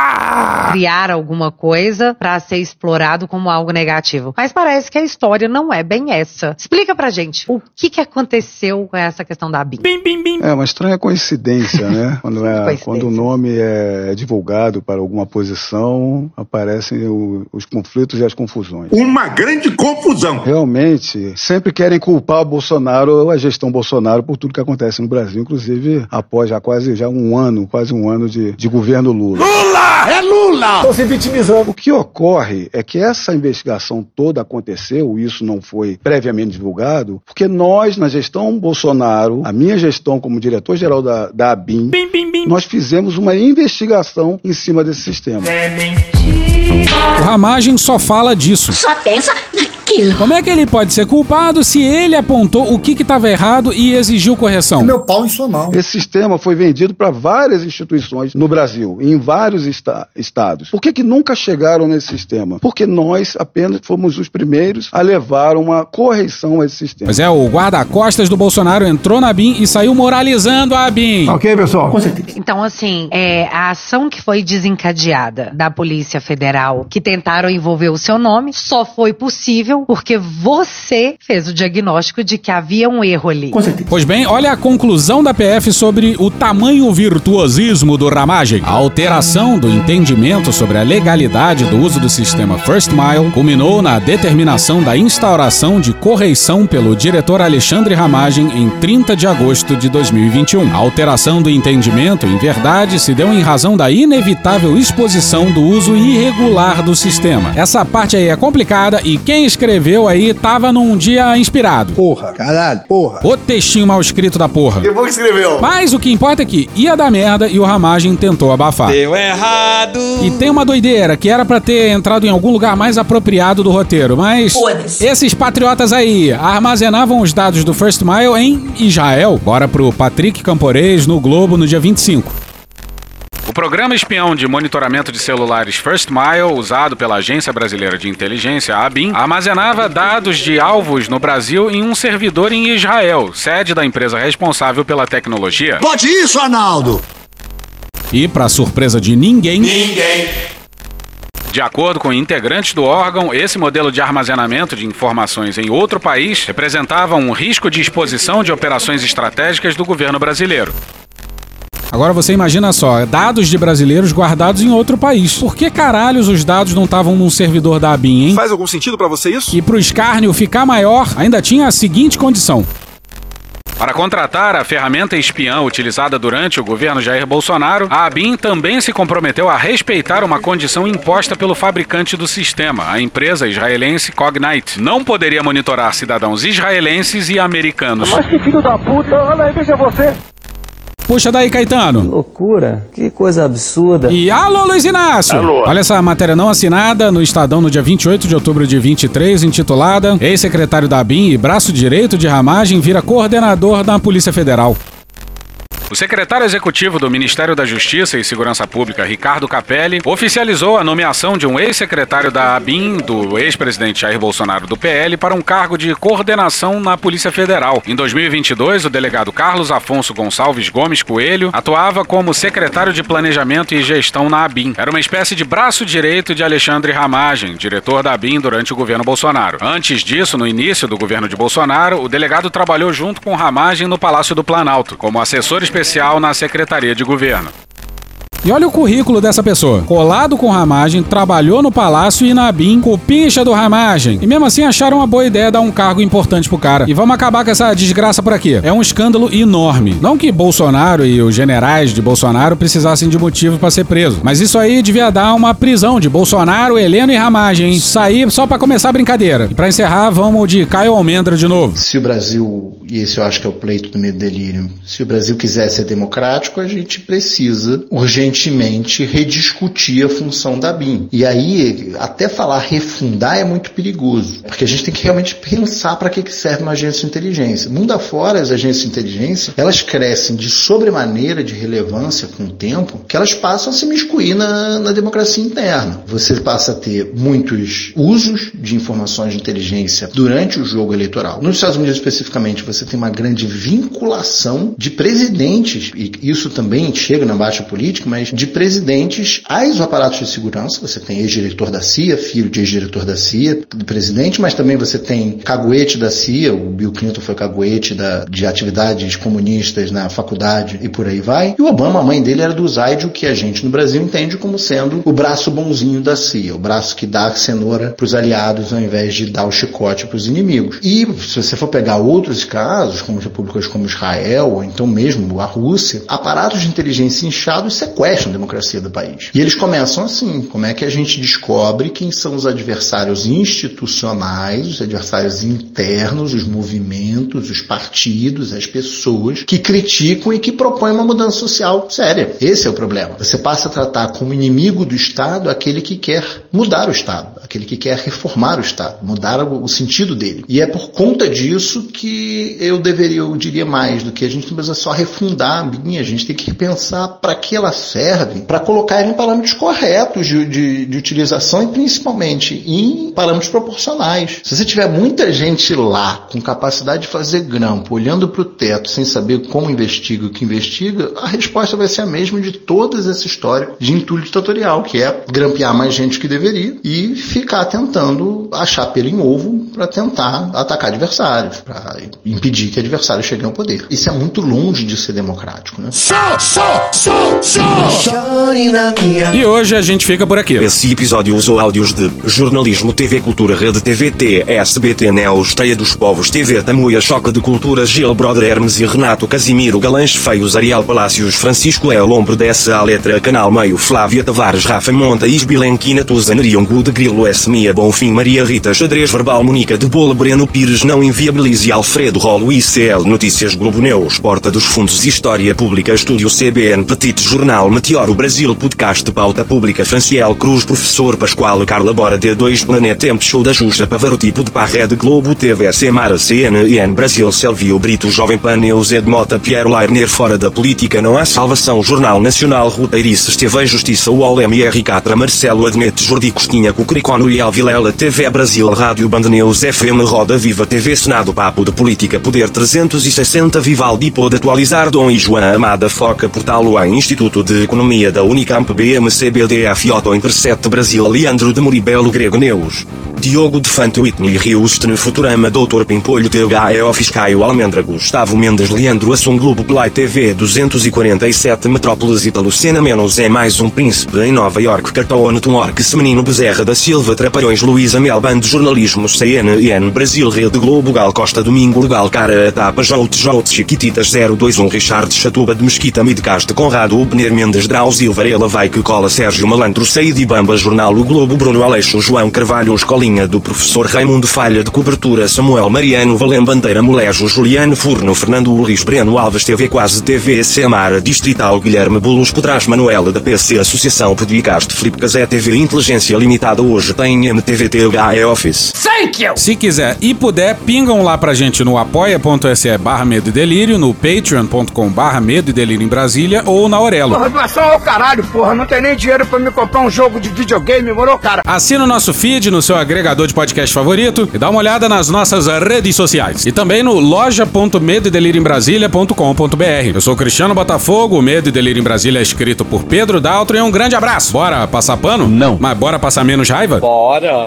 ah! criar alguma coisa pra ser explorado como algo negativo. Mas parece que a história não é bem essa. Explica pra gente, o que que aconteceu com essa questão da ABIN? Bim, bim, bim. É uma estranha coincidência, né? Quando, é, coincidência. quando o nome é divulgado para alguma posição, aparecem o, os conflitos e as confusões. Uma grande confusão. Realmente, sempre querem culpar o Bolsonaro ou a gestão Bolsonaro por tudo que acontece no Brasil, inclusive após já quase já um ano, quase um ano de, de governo Lula. Lula! É Lula! Estão se vitimizando. O que ocorre é que essa investigação toda aconteceu, e isso não foi previamente divulgado, porque nós, na gestão Bolsonaro, a minha gestão como diretor-geral da, da ABIN, bim, bim, bim. nós fizemos uma investigação em cima desse sistema. É mentira. O Ramagem só fala disso. Só pensa naquilo. Como é que ele pode ser culpado se ele apontou o que estava errado e exigiu correção? Meu pau em sua mão. Esse sistema foi vendido para várias instituições no Brasil, em vários esta- estados. Por que que nunca chegaram nesse sistema? Porque nós apenas fomos os primeiros a levar uma correção a esse sistema. Pois é, o guarda-costas do Bolsonaro entrou na ABIN e saiu moralizando a ABIN. Ok, pessoal? Com certeza. Então, assim, é, a ação que foi desencadeada da Polícia Federal, que tentaram envolver o seu nome, só foi possível porque você fez o diagnóstico de que havia um erro ali. Com certeza. Pois bem, olha a conclusão da P F sobre o tamanho virtuosismo do Ramagem. A alteração do entendimento sobre a legalidade do uso do sistema First Mile culminou na determinação da instauração de correição pelo diretor Alexandre Ramagem em trinta de agosto de dois mil e vinte e um. A alteração do entendimento, em verdade, se deu em razão da inevitável exposição do uso irregular do sistema. Essa parte aí é complicada e quem escreveu aí tava num dia inspirado. Porra, caralho, porra. O textinho mal escrito da porra. Eu vou que escreveu. Mas o que importa é que ia dar merda e o Ramagem tentou abafar. Deu errado. E tem uma doideira que era pra ter entrado em algum lugar mais apropriado do roteiro, mas esses patriotas aí armazenavam os dados do First Mile em Israel. Bora pro Patrick Camporês no Globo no dia vinte e cinco. O programa espião de monitoramento de celulares First Mile, usado pela Agência Brasileira de Inteligência, a ABIN, armazenava dados de alvos no Brasil em um servidor em Israel, sede da empresa responsável pela tecnologia. Pode isso, Arnaldo! E, pra surpresa de ninguém... Ninguém! De acordo com integrantes do órgão, esse modelo de armazenamento de informações em outro país representava um risco de exposição de operações estratégicas do governo brasileiro. Agora você imagina só, dados de brasileiros guardados em outro país. Por que caralhos os dados não estavam num servidor da ABIN, hein? Faz algum sentido pra você isso? E pro escárnio ficar maior, ainda tinha a seguinte condição. Para contratar a ferramenta espiã utilizada durante o governo Jair Bolsonaro, a ABIN também se comprometeu a respeitar uma condição imposta pelo fabricante do sistema, a empresa israelense Cognite. Não poderia monitorar cidadãos israelenses e americanos. Mas que filho da puta, olha aí, veja você. Puxa daí, Caetano. Que loucura, que coisa absurda. E alô, Luiz Inácio. Alô. Olha essa matéria não assinada no Estadão no dia vinte e oito de outubro de vinte e três, intitulada Ex-secretário da ABIN e braço direito de ramagem vira coordenador da Polícia Federal. O secretário executivo do Ministério da Justiça e Segurança Pública, Ricardo Capelli, oficializou a nomeação de um ex-secretário da ABIN, do ex-presidente Jair Bolsonaro do P L, para um cargo de coordenação na Polícia Federal. Em dois mil e vinte e dois, o delegado Carlos Afonso Gonçalves Gomes Coelho atuava como secretário de Planejamento e Gestão na ABIN. Era uma espécie de braço direito de Alexandre Ramagem, diretor da ABIN durante o governo Bolsonaro. Antes disso, no início do governo de Bolsonaro, o delegado trabalhou junto com Ramagem no Palácio do Planalto, como assessor especial especial na Secretaria de Governo. E olha o currículo dessa pessoa. Colado com Ramagem, trabalhou no Palácio e na ABIN, copincha do Ramagem. E mesmo assim acharam uma boa ideia dar um cargo importante pro cara. E vamos acabar com essa desgraça por aqui. É um escândalo enorme. Não que Bolsonaro e os generais de Bolsonaro precisassem de motivo pra ser preso. Mas isso aí devia dar uma prisão de Bolsonaro, Heleno e Ramagem, hein? Sair só pra começar a brincadeira. E pra encerrar, vamos de Caio Almendra de novo. Se o Brasil, e esse eu acho que é o pleito do medo delírio, se o Brasil quiser ser democrático, a gente precisa urgentemente rediscutir a função da ABIN. E aí, até falar refundar é muito perigoso, porque a gente tem que realmente pensar para que serve uma agência de inteligência. Mundo afora, as agências de inteligência, elas crescem de sobremaneira de relevância com o tempo, que elas passam a se miscuir na, na democracia interna. Você passa a ter muitos usos de informações de inteligência durante o jogo eleitoral. Nos Estados Unidos, especificamente, você tem uma grande vinculação de presidentes, e isso também chega na baixa política, mas de presidentes aos aparatos de segurança. Você tem ex-diretor da C I A, filho de ex-diretor da C I A, do presidente, mas também você tem caguete da C I A, o Bill Clinton foi caguete da, de atividades comunistas na faculdade e por aí vai. E o Obama, a mãe dele era do Zaid, o que a gente no Brasil entende como sendo o braço bonzinho da C I A, o braço que dá a cenoura para os aliados ao invés de dar o chicote para os inimigos. E se você for pegar outros casos, como repúblicas como Israel, ou então mesmo a Rússia, aparatos de inteligência inchados sequestram a democracia do país. E eles começam assim: como é que a gente descobre quem são os adversários institucionais, os adversários internos, os movimentos, os partidos, as pessoas que criticam e que propõem uma mudança social séria. Esse é o problema. Você passa a tratar como inimigo do Estado aquele que quer mudar o Estado, aquele que quer reformar o Estado, mudar o sentido dele. E é por conta disso que eu deveria, eu diria mais do que a gente não precisa só refundar a ABIN, a gente tem que repensar para que ela serve, para colocar em parâmetros corretos de, de, de utilização e principalmente em parâmetros proporcionais. Se você tiver muita gente lá com capacidade de fazer grampo, olhando para o teto sem saber como investiga o que investiga, a resposta vai ser a mesma de toda essa história de entulho ditatorial, que é grampear mais gente que deveria e ficar tentando achar pelo em ovo para tentar atacar adversários, para impedir que adversários cheguem ao poder. Isso é muito longe de ser democrático, né? E hoje a gente fica por aqui. Esse episódio usou áudios de Jornalismo T V Cultura Rede T V T, S B T Neo, Esteia dos Povos T V Tamoia, Choque de Cultura, Gil Brother Hermes e Renato Casimiro, Galães Feios, Ariel Palácios, Francisco Léo Lombro, D S A Letra, Canal Meio, Flávia Tavares, Rafa Monta, Isbilenquina Tusa, Neriungu de Grilo, S. Mia Bonfim, Maria Rita, Xadrez Verbal, Monica de Bola, Breno Pires, Não Inviabilize, Alfredo Rolo, I C L, Notícias Globo News, Porta dos Fundos, História Pública, Estúdio C B N, Petite Jornal, Meteoro Brasil, Podcast, Pauta Pública, Franciel Cruz, Professor Pascoal, Carla Bora, D dois, Planeta Tempo, Show da Xuxa, Pavarotti, de Parrede, Globo, T V, Semara, C N N, Brasil, Selvio Brito, Jovem Pan, Neused Mota, Piero Lairner, Fora da Política, Não Há Salvação, Jornal Nacional, Roteirices, T V Justiça, U O L M R Catra, Marcelo Adnet, Jordi Costinha, Cucricono e Alvilela, T V Brasil, Rádio Band News, F M Roda Viva, T V Senado, Papo de Política, Poder trezentos e sessenta, Vivaldi, Pode Atualizar, Dom e Joana Amada, Foca, Portal Luan, Instituto de Economia da Unicamp, B M C B D F, Otto Intercept Brasil, Leandro de Muribelo, Grego Neus. Diogo Defante, Whitney Houston, Futurama, doutor Pimpolho, T H E Office, Caio Almendra, Gustavo Mendes, Leandro Assum, Globo Play T V duzentos e quarenta e sete, Metrópolis, Italo, Cena Menos é mais um príncipe em Nova York, Cartão Network, Menino Bezerra da Silva, Trapalhões, Luísa Mel, Band de Jornalismo, C N N, Brasil, Rede Globo, Gal Costa, Domingo Legal, Cara, Etapa, Jout, Jout, Chiquititas, zero dois um, Richard, Chatuba de Mesquita, Midcast, Conrado, Ubner Mendes, Drauzio Varela, Vai que Cola, Sérgio Malandro, Saíde Bamba, Jornal O Globo, Bruno Aleixo, João Carvalho, Escolinha do Professor Raimundo, Falha de Cobertura, Samuel Mariano, Valem Bandeira, Molejo, Juliano Furno, Fernando Luís, Breno Alves, T V Quase, T V Semar, Distrital, Guilherme Bulos, Pedras, Manuela da P C, Associação, Podcast, Filipe Casé, T V Inteligência Limitada, hoje tem M T V T H E Office. Thank you! Se quiser e puder, pingam lá pra gente no apoia.se barra Medo e Delírio, no patreon.com barra Medo e Delírio em Brasília ou na Aurelo. Porra, doação ao caralho, porra. Não tem nem dinheiro pra me comprar um jogo de videogame, morou, cara? Assina o nosso feed no seu agregador de podcast favorito e dá uma olhada nas nossas redes sociais. E também no loja ponto medo e delírio em brasília ponto com ponto b r. Eu sou Cristiano Botafogo, o Medo e Delírio em Brasília é escrito por Pedro Daltro e um grande abraço. Bora passar pano? Não. Mas bora passar menos raiva? Bora.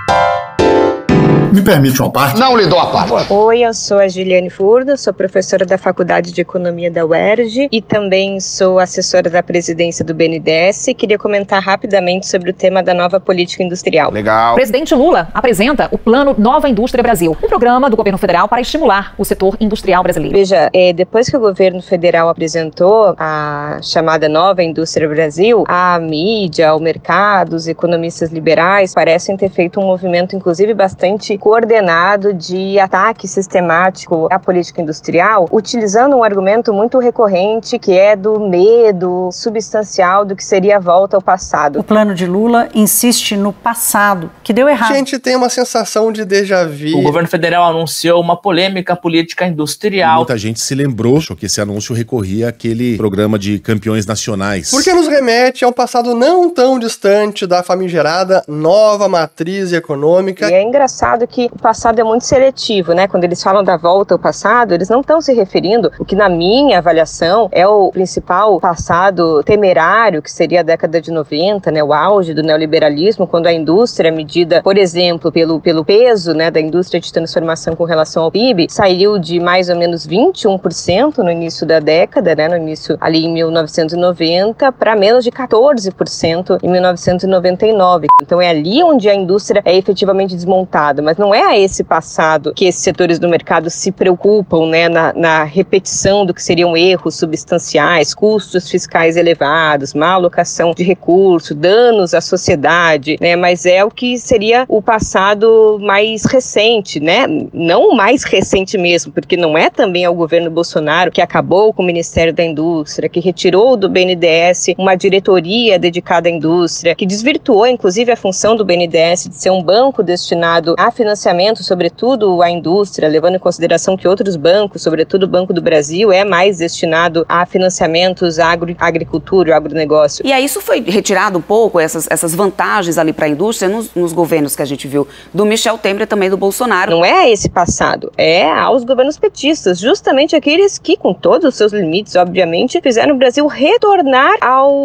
Me permite uma parte? Não lhe dou a parte. Oi, eu sou a Juliane Furno, sou professora da Faculdade de Economia da U E R J e também sou assessora da presidência do B N D E S e queria comentar rapidamente sobre o tema da nova política industrial. Legal. O presidente Lula apresenta o Plano Nova Indústria Brasil, um programa do governo federal para estimular o setor industrial brasileiro. Veja, é, depois que o governo federal apresentou a chamada Nova Indústria Brasil, a mídia, o mercado, os economistas liberais parecem ter feito um movimento, inclusive, bastante coordenado de ataque sistemático à política industrial, utilizando um argumento muito recorrente que é do medo substancial do que seria a volta ao passado. O plano de Lula insiste no passado, que deu errado. A gente tem uma sensação de déjà vu. O governo federal anunciou uma polêmica política industrial. E muita gente se lembrou que esse anúncio recorria àquele programa de campeões nacionais. Porque nos remete a um passado não tão distante da famigerada nova matriz econômica. E é engraçado que o passado é muito seletivo, né? Quando eles falam da volta ao passado, eles não estão se referindo o que, na minha avaliação, é o principal passado temerário, que seria a década de noventa, né? O auge do neoliberalismo, quando a indústria, medida, por exemplo, pelo, pelo peso, né, da indústria de transformação com relação ao P I B, saiu de mais ou menos vinte e um por cento no início da década, né? No início ali em mil novecentos e noventa, para menos de quatorze por cento em mil novecentos e noventa e nove. Então é ali onde a indústria é efetivamente desmontada, mas não é a esse passado que esses setores do mercado se preocupam, né, na, na repetição do que seriam erros substanciais, custos fiscais elevados, má alocação de recursos, danos à sociedade, né, mas é o que seria o passado mais recente, né, não o mais recente mesmo, porque não é também ao governo Bolsonaro que acabou com o Ministério da Indústria, que retirou do B N D E S uma diretoria dedicada à indústria, que desvirtuou inclusive a função do B N D E S de ser um banco destinado a financiamento, sobretudo à indústria, levando em consideração que outros bancos, sobretudo o Banco do Brasil, é mais destinado a financiamentos à agro, agricultura e agronegócio. E aí isso foi retirado um pouco, essas, essas vantagens ali para a indústria, nos, nos governos que a gente viu, do Michel Temer e também do Bolsonaro. Não é esse passado, é aos governos petistas, justamente aqueles que, com todos os seus limites, obviamente, fizeram o Brasil retornar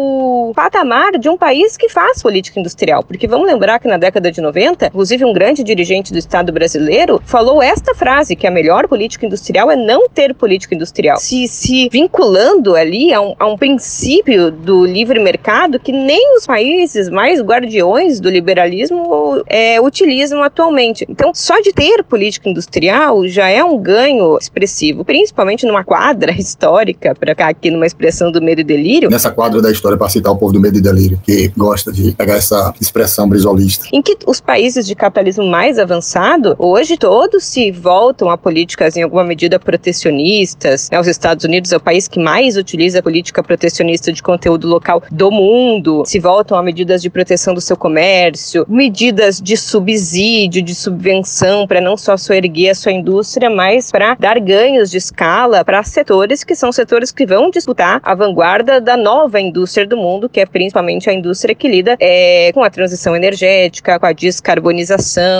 ao patamar de um país que faz política industrial. Porque vamos lembrar que na década de noventa, inclusive um grande dirigente do Estado brasileiro falou esta frase, que a melhor política industrial é não ter política industrial, se, se vinculando ali a um, a um princípio do livre mercado que nem os países mais guardiões do liberalismo é, utilizam atualmente. Então, só de ter política industrial já é um ganho expressivo, principalmente numa quadra histórica, para cá aqui numa expressão do Medo e Delírio. Nessa quadra da história, para citar o povo do Medo e Delírio, que gosta de pegar essa expressão brisolista. Em que os países de capitalismo mais avançado, hoje todos se voltam a políticas em alguma medida protecionistas, né? Os Estados Unidos é o país que mais utiliza a política protecionista de conteúdo local do mundo, se voltam a medidas de proteção do seu comércio, medidas de subsídio, de subvenção, para não só soerguer a sua indústria, mas para dar ganhos de escala para setores que são setores que vão disputar a vanguarda da nova indústria do mundo, que é principalmente a indústria que lida é, com a transição energética, com a descarbonização, com a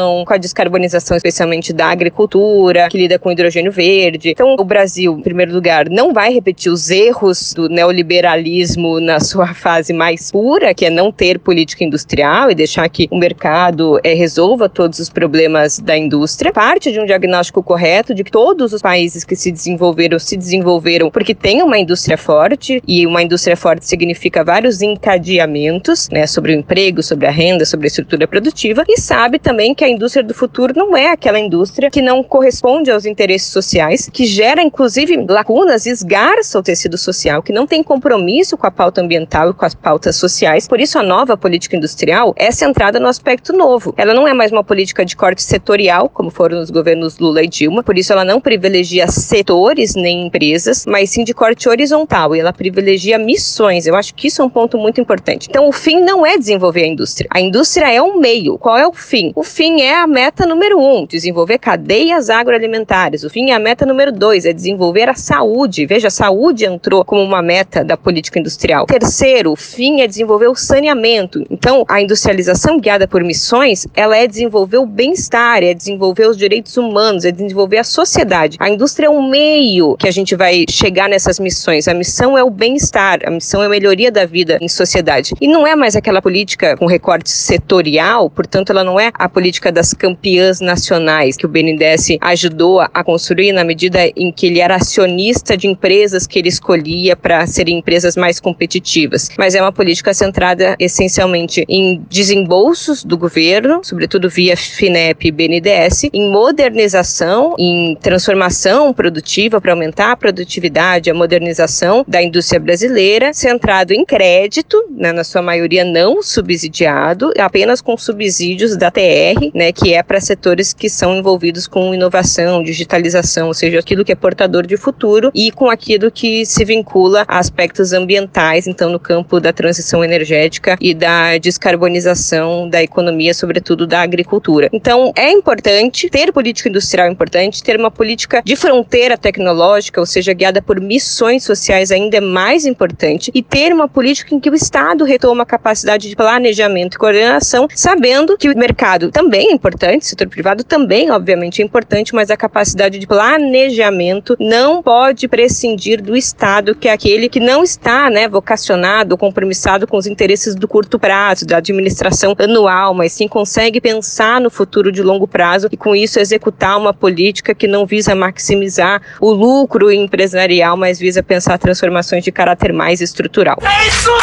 descarbonização, especialmente da agricultura, que lida com hidrogênio verde. Então, o Brasil, em primeiro lugar, não vai repetir os erros do neoliberalismo na sua fase mais pura, que é não ter política industrial e deixar que o mercado é, resolva todos os problemas da indústria. Parte de um diagnóstico correto de que todos os países que se desenvolveram, se desenvolveram porque tem uma indústria forte, e uma indústria forte significa vários encadeamentos, né, sobre o emprego, sobre a renda, sobre a estrutura produtiva, e sabe também que a indústria do futuro não é aquela indústria que não corresponde aos interesses sociais, que gera inclusive lacunas, esgarça o tecido social, que não tem compromisso com a pauta ambiental e com as pautas sociais. Por isso a nova política industrial é centrada no aspecto novo. Ela não é mais uma política de corte setorial, como foram os governos Lula e Dilma, por isso ela não privilegia setores nem empresas, mas sim de corte horizontal, e ela privilegia missões. Eu acho que isso é um ponto muito importante. Então o fim não é desenvolver a indústria. A indústria é um meio. Qual é o fim? O fim é a meta número um, desenvolver cadeias agroalimentares. O fim é a meta número dois, é desenvolver a saúde. Veja, a saúde entrou como uma meta da política industrial. Terceiro, o fim é desenvolver o saneamento. Então, a industrialização guiada por missões, ela é desenvolver o bem-estar, é desenvolver os direitos humanos, é desenvolver a sociedade. A indústria é um meio que a gente vai chegar nessas missões. A missão é o bem-estar, a missão é a melhoria da vida em sociedade. E não é mais aquela política com recorte setorial, portanto, ela não é a política das campeãs nacionais que o B N D E S ajudou a construir na medida em que ele era acionista de empresas que ele escolhia para serem empresas mais competitivas. Mas é uma política centrada essencialmente em desembolsos do governo, sobretudo via FINEP e B N D E S, em modernização, em transformação produtiva para aumentar a produtividade, a modernização da indústria brasileira, centrado em crédito, né, na sua maioria não subsidiado, apenas com subsídios da T R, né, que é para setores que são envolvidos com inovação, digitalização, ou seja, aquilo que é portador de futuro, e com aquilo que se vincula a aspectos ambientais, então no campo da transição energética e da descarbonização da economia, sobretudo da agricultura. Então é importante ter política industrial, é importante ter uma política de fronteira tecnológica, ou seja, guiada por missões sociais, ainda é mais importante, e ter uma política em que o Estado retoma a capacidade de planejamento e coordenação, sabendo que o mercado também é importante, o setor privado também, obviamente, é importante, mas a capacidade de planejamento não pode prescindir do Estado, que é aquele que não está, né, vocacionado, compromissado com os interesses do curto prazo, da administração anual, mas sim consegue pensar no futuro de longo prazo e, com isso, executar uma política que não visa maximizar o lucro empresarial, mas visa pensar transformações de caráter mais estrutural. É isso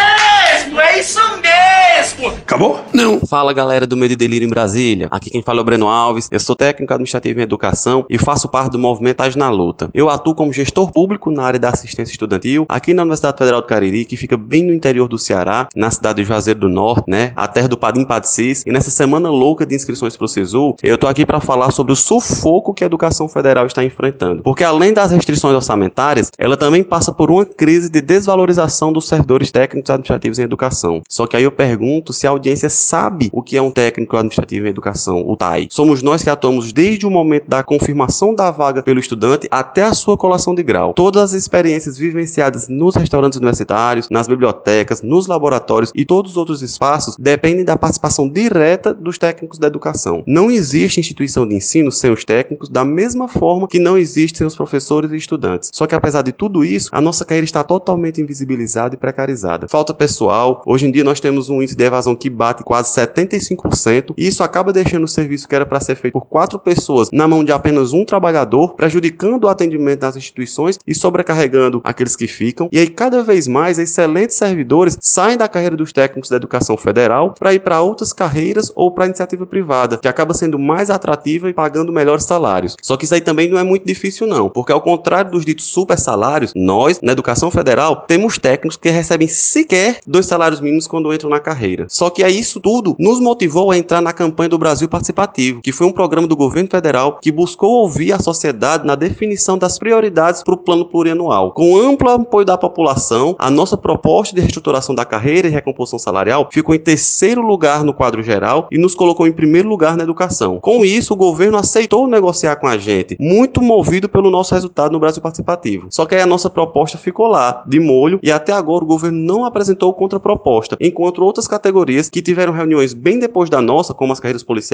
mesmo! É isso mesmo! Acabou? Não. Fala, galera do Medo e Delírio em Brasília. Aqui quem fala é o Breno Alves. Eu sou técnico administrativo em educação e faço parte do movimento Age na Luta. Eu atuo como gestor público na área da assistência estudantil aqui na Universidade Federal do Cariri, que fica bem no interior do Ceará, na cidade de Juazeiro do Norte, né? A terra do Padim Padecis. E nessa semana louca de inscrições pro SISU, eu tô aqui para falar sobre o sufoco que a educação federal está enfrentando. Porque além das restrições orçamentárias, ela também passa por uma crise de desvalorização dos servidores técnicos administrativos em educação. Só que aí eu pergunto se a audiência sabe o que é um técnico administrativo em educação, o T A I. Somos nós que atuamos desde o momento da confirmação da vaga pelo estudante até a sua colação de grau. Todas as experiências vivenciadas nos restaurantes universitários, nas bibliotecas, nos laboratórios e todos os outros espaços dependem da participação direta dos técnicos da educação. Não existe instituição de ensino sem os técnicos, da mesma forma que não existe sem os professores e estudantes. Só que apesar de tudo isso, a nossa carreira está totalmente invisibilizada e precarizada. Falta pessoal. Hoje em dia nós temos um índice de evasão que bate quase setenta e cinco por cento e isso acaba deixando o serviço que era para ser feito por quatro pessoas na mão de apenas um trabalhador, prejudicando o atendimento das instituições e sobrecarregando aqueles que ficam. E aí cada vez mais excelentes servidores saem da carreira dos técnicos da educação federal para ir para outras carreiras ou para a iniciativa privada, que acaba sendo mais atrativa e pagando melhores salários. Só que isso aí também não é muito difícil não, porque ao contrário dos ditos super salários, nós, na educação federal, temos técnicos que recebem sequer dois salários mínimos quando entram na carreira. Só que aí isso tudo nos motivou a entrar na campanha do Brasil Participativo, que foi um programa do governo federal que buscou ouvir a sociedade na definição das prioridades para o plano plurianual. Com amplo apoio da população, a nossa proposta de reestruturação da carreira e recomposição salarial ficou em terceiro lugar no quadro geral e nos colocou em primeiro lugar na educação. Com isso, o governo aceitou negociar com a gente, muito movido pelo nosso resultado no Brasil Participativo. Só que aí a nossa proposta ficou lá, de molho, e até agora o governo não apresentou contraproposta, enquanto outras categorias que tiveram reuniões bem depois da nossa, como as carreiras policiais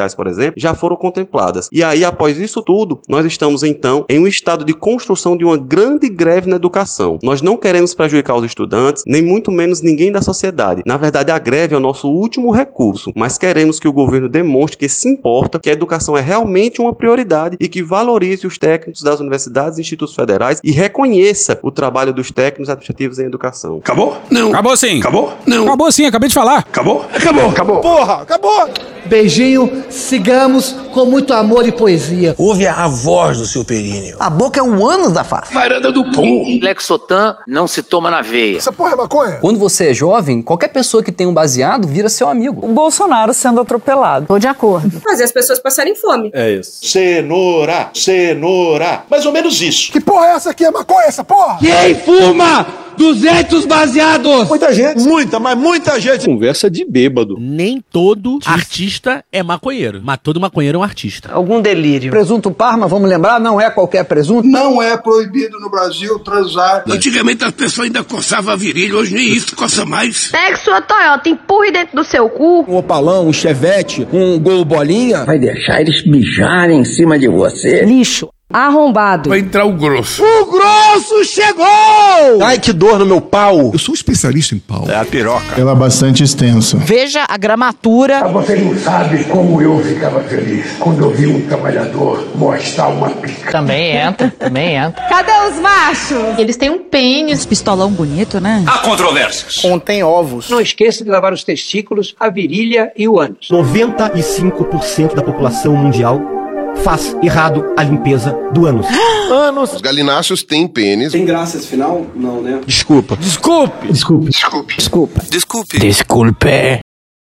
sociais, por exemplo, já foram contempladas. E aí, após isso tudo, nós estamos então em um estado de construção de uma grande greve na educação. Nós não queremos prejudicar os estudantes, nem muito menos ninguém da sociedade. Na verdade, a greve é o nosso último recurso, mas queremos que o governo demonstre que se importa, que a educação é realmente uma prioridade e que valorize os técnicos das universidades e institutos federais e reconheça o trabalho dos técnicos administrativos em educação. Acabou? Não. Acabou sim. Acabou? Não. Acabou sim, acabei de falar. Acabou? Acabou. Acabou. Porra, acabou! Beijinho, sigamos com muito amor e poesia. Ouve a voz do seu períneo. A boca é um ânus da face. Varanda do pum. Lexotan não se toma na veia. Essa porra é maconha? Quando você é jovem, qualquer pessoa que tem um baseado vira seu amigo. O Bolsonaro sendo atropelado. Tô de acordo. Fazer as pessoas passarem fome. É isso. Cenoura, cenoura. Mais ou menos isso. Que porra é essa aqui? É maconha essa porra? Quem fuma duzentos baseados? Muita gente. Muita, mas muita gente. Conversa de bêbado. Nem todo artista é maconheiro, mas todo maconheiro é um artista. Algum delírio. Presunto Parma, vamos lembrar, não é qualquer presunto. Não é proibido no Brasil transar. Antigamente as pessoas ainda coçavam a virilha, hoje nem isso coça mais. Pegue sua Toyota, empurre dentro do seu cu. Um Opalão, um Chevette, um Gol Bolinha. Vai deixar eles mijarem em cima de você. Lixo. Arrombado. Vai entrar o grosso. O grosso chegou! Ai, que dor no meu pau. Eu sou especialista em pau. É a piroca. Ela é bastante extensa. Veja a gramatura. Você não sabe como eu ficava feliz quando eu vi um trabalhador mostrar uma pica. Também entra, também entra. Cadê os machos? Eles têm um pênis. Pistolão bonito, né? Há controvérsias. Contém ovos. Não esqueça de lavar os testículos, a virilha e o ânus. noventa e cinco por cento da população mundial faz errado a limpeza do ânus. Ânus. Os galináceos têm pênis. Tem graça esse final? Não, né? Desculpa. Desculpe. Desculpe. Desculpe. Desculpa. Desculpe. Desculpe.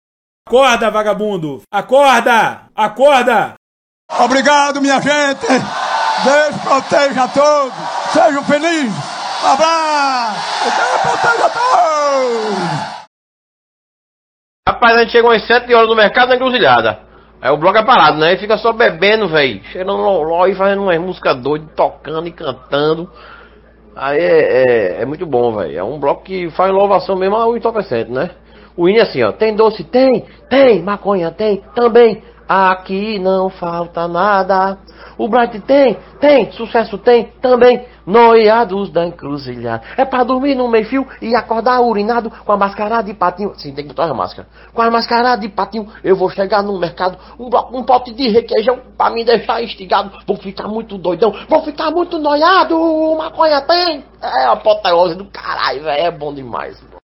Acorda, vagabundo! Acorda! Acorda! Obrigado, minha gente. Deus proteja a todos. Sejam felizes. Um abraço. Deus proteja a todos. Rapaz, a gente chegou às sete horas no mercado na encruzilhada. Aí o bloco é parado, né? Ele fica só bebendo, velho. Cheirando loló e fazendo umas músicas doidas, tocando e cantando. Aí é, é, é muito bom, velho. É um bloco que faz inovação mesmo ao entorpecente, né? O hino é assim, ó. Tem doce? Tem. Tem. Maconha? Tem. Também. Aqui não falta nada. O Bright tem. Tem. Sucesso tem. Também. Noiados da encruzilhada. É pra dormir no meio-fio e acordar urinado com a mascarada de patinho. Sim, tem que botar a máscara. Com a mascarada de patinho, eu vou chegar no mercado, um, um pote de requeijão pra me deixar instigado. Vou ficar muito doidão, vou ficar muito noiado. Maconha tem. É a apoteose do caralho, velho. É bom demais.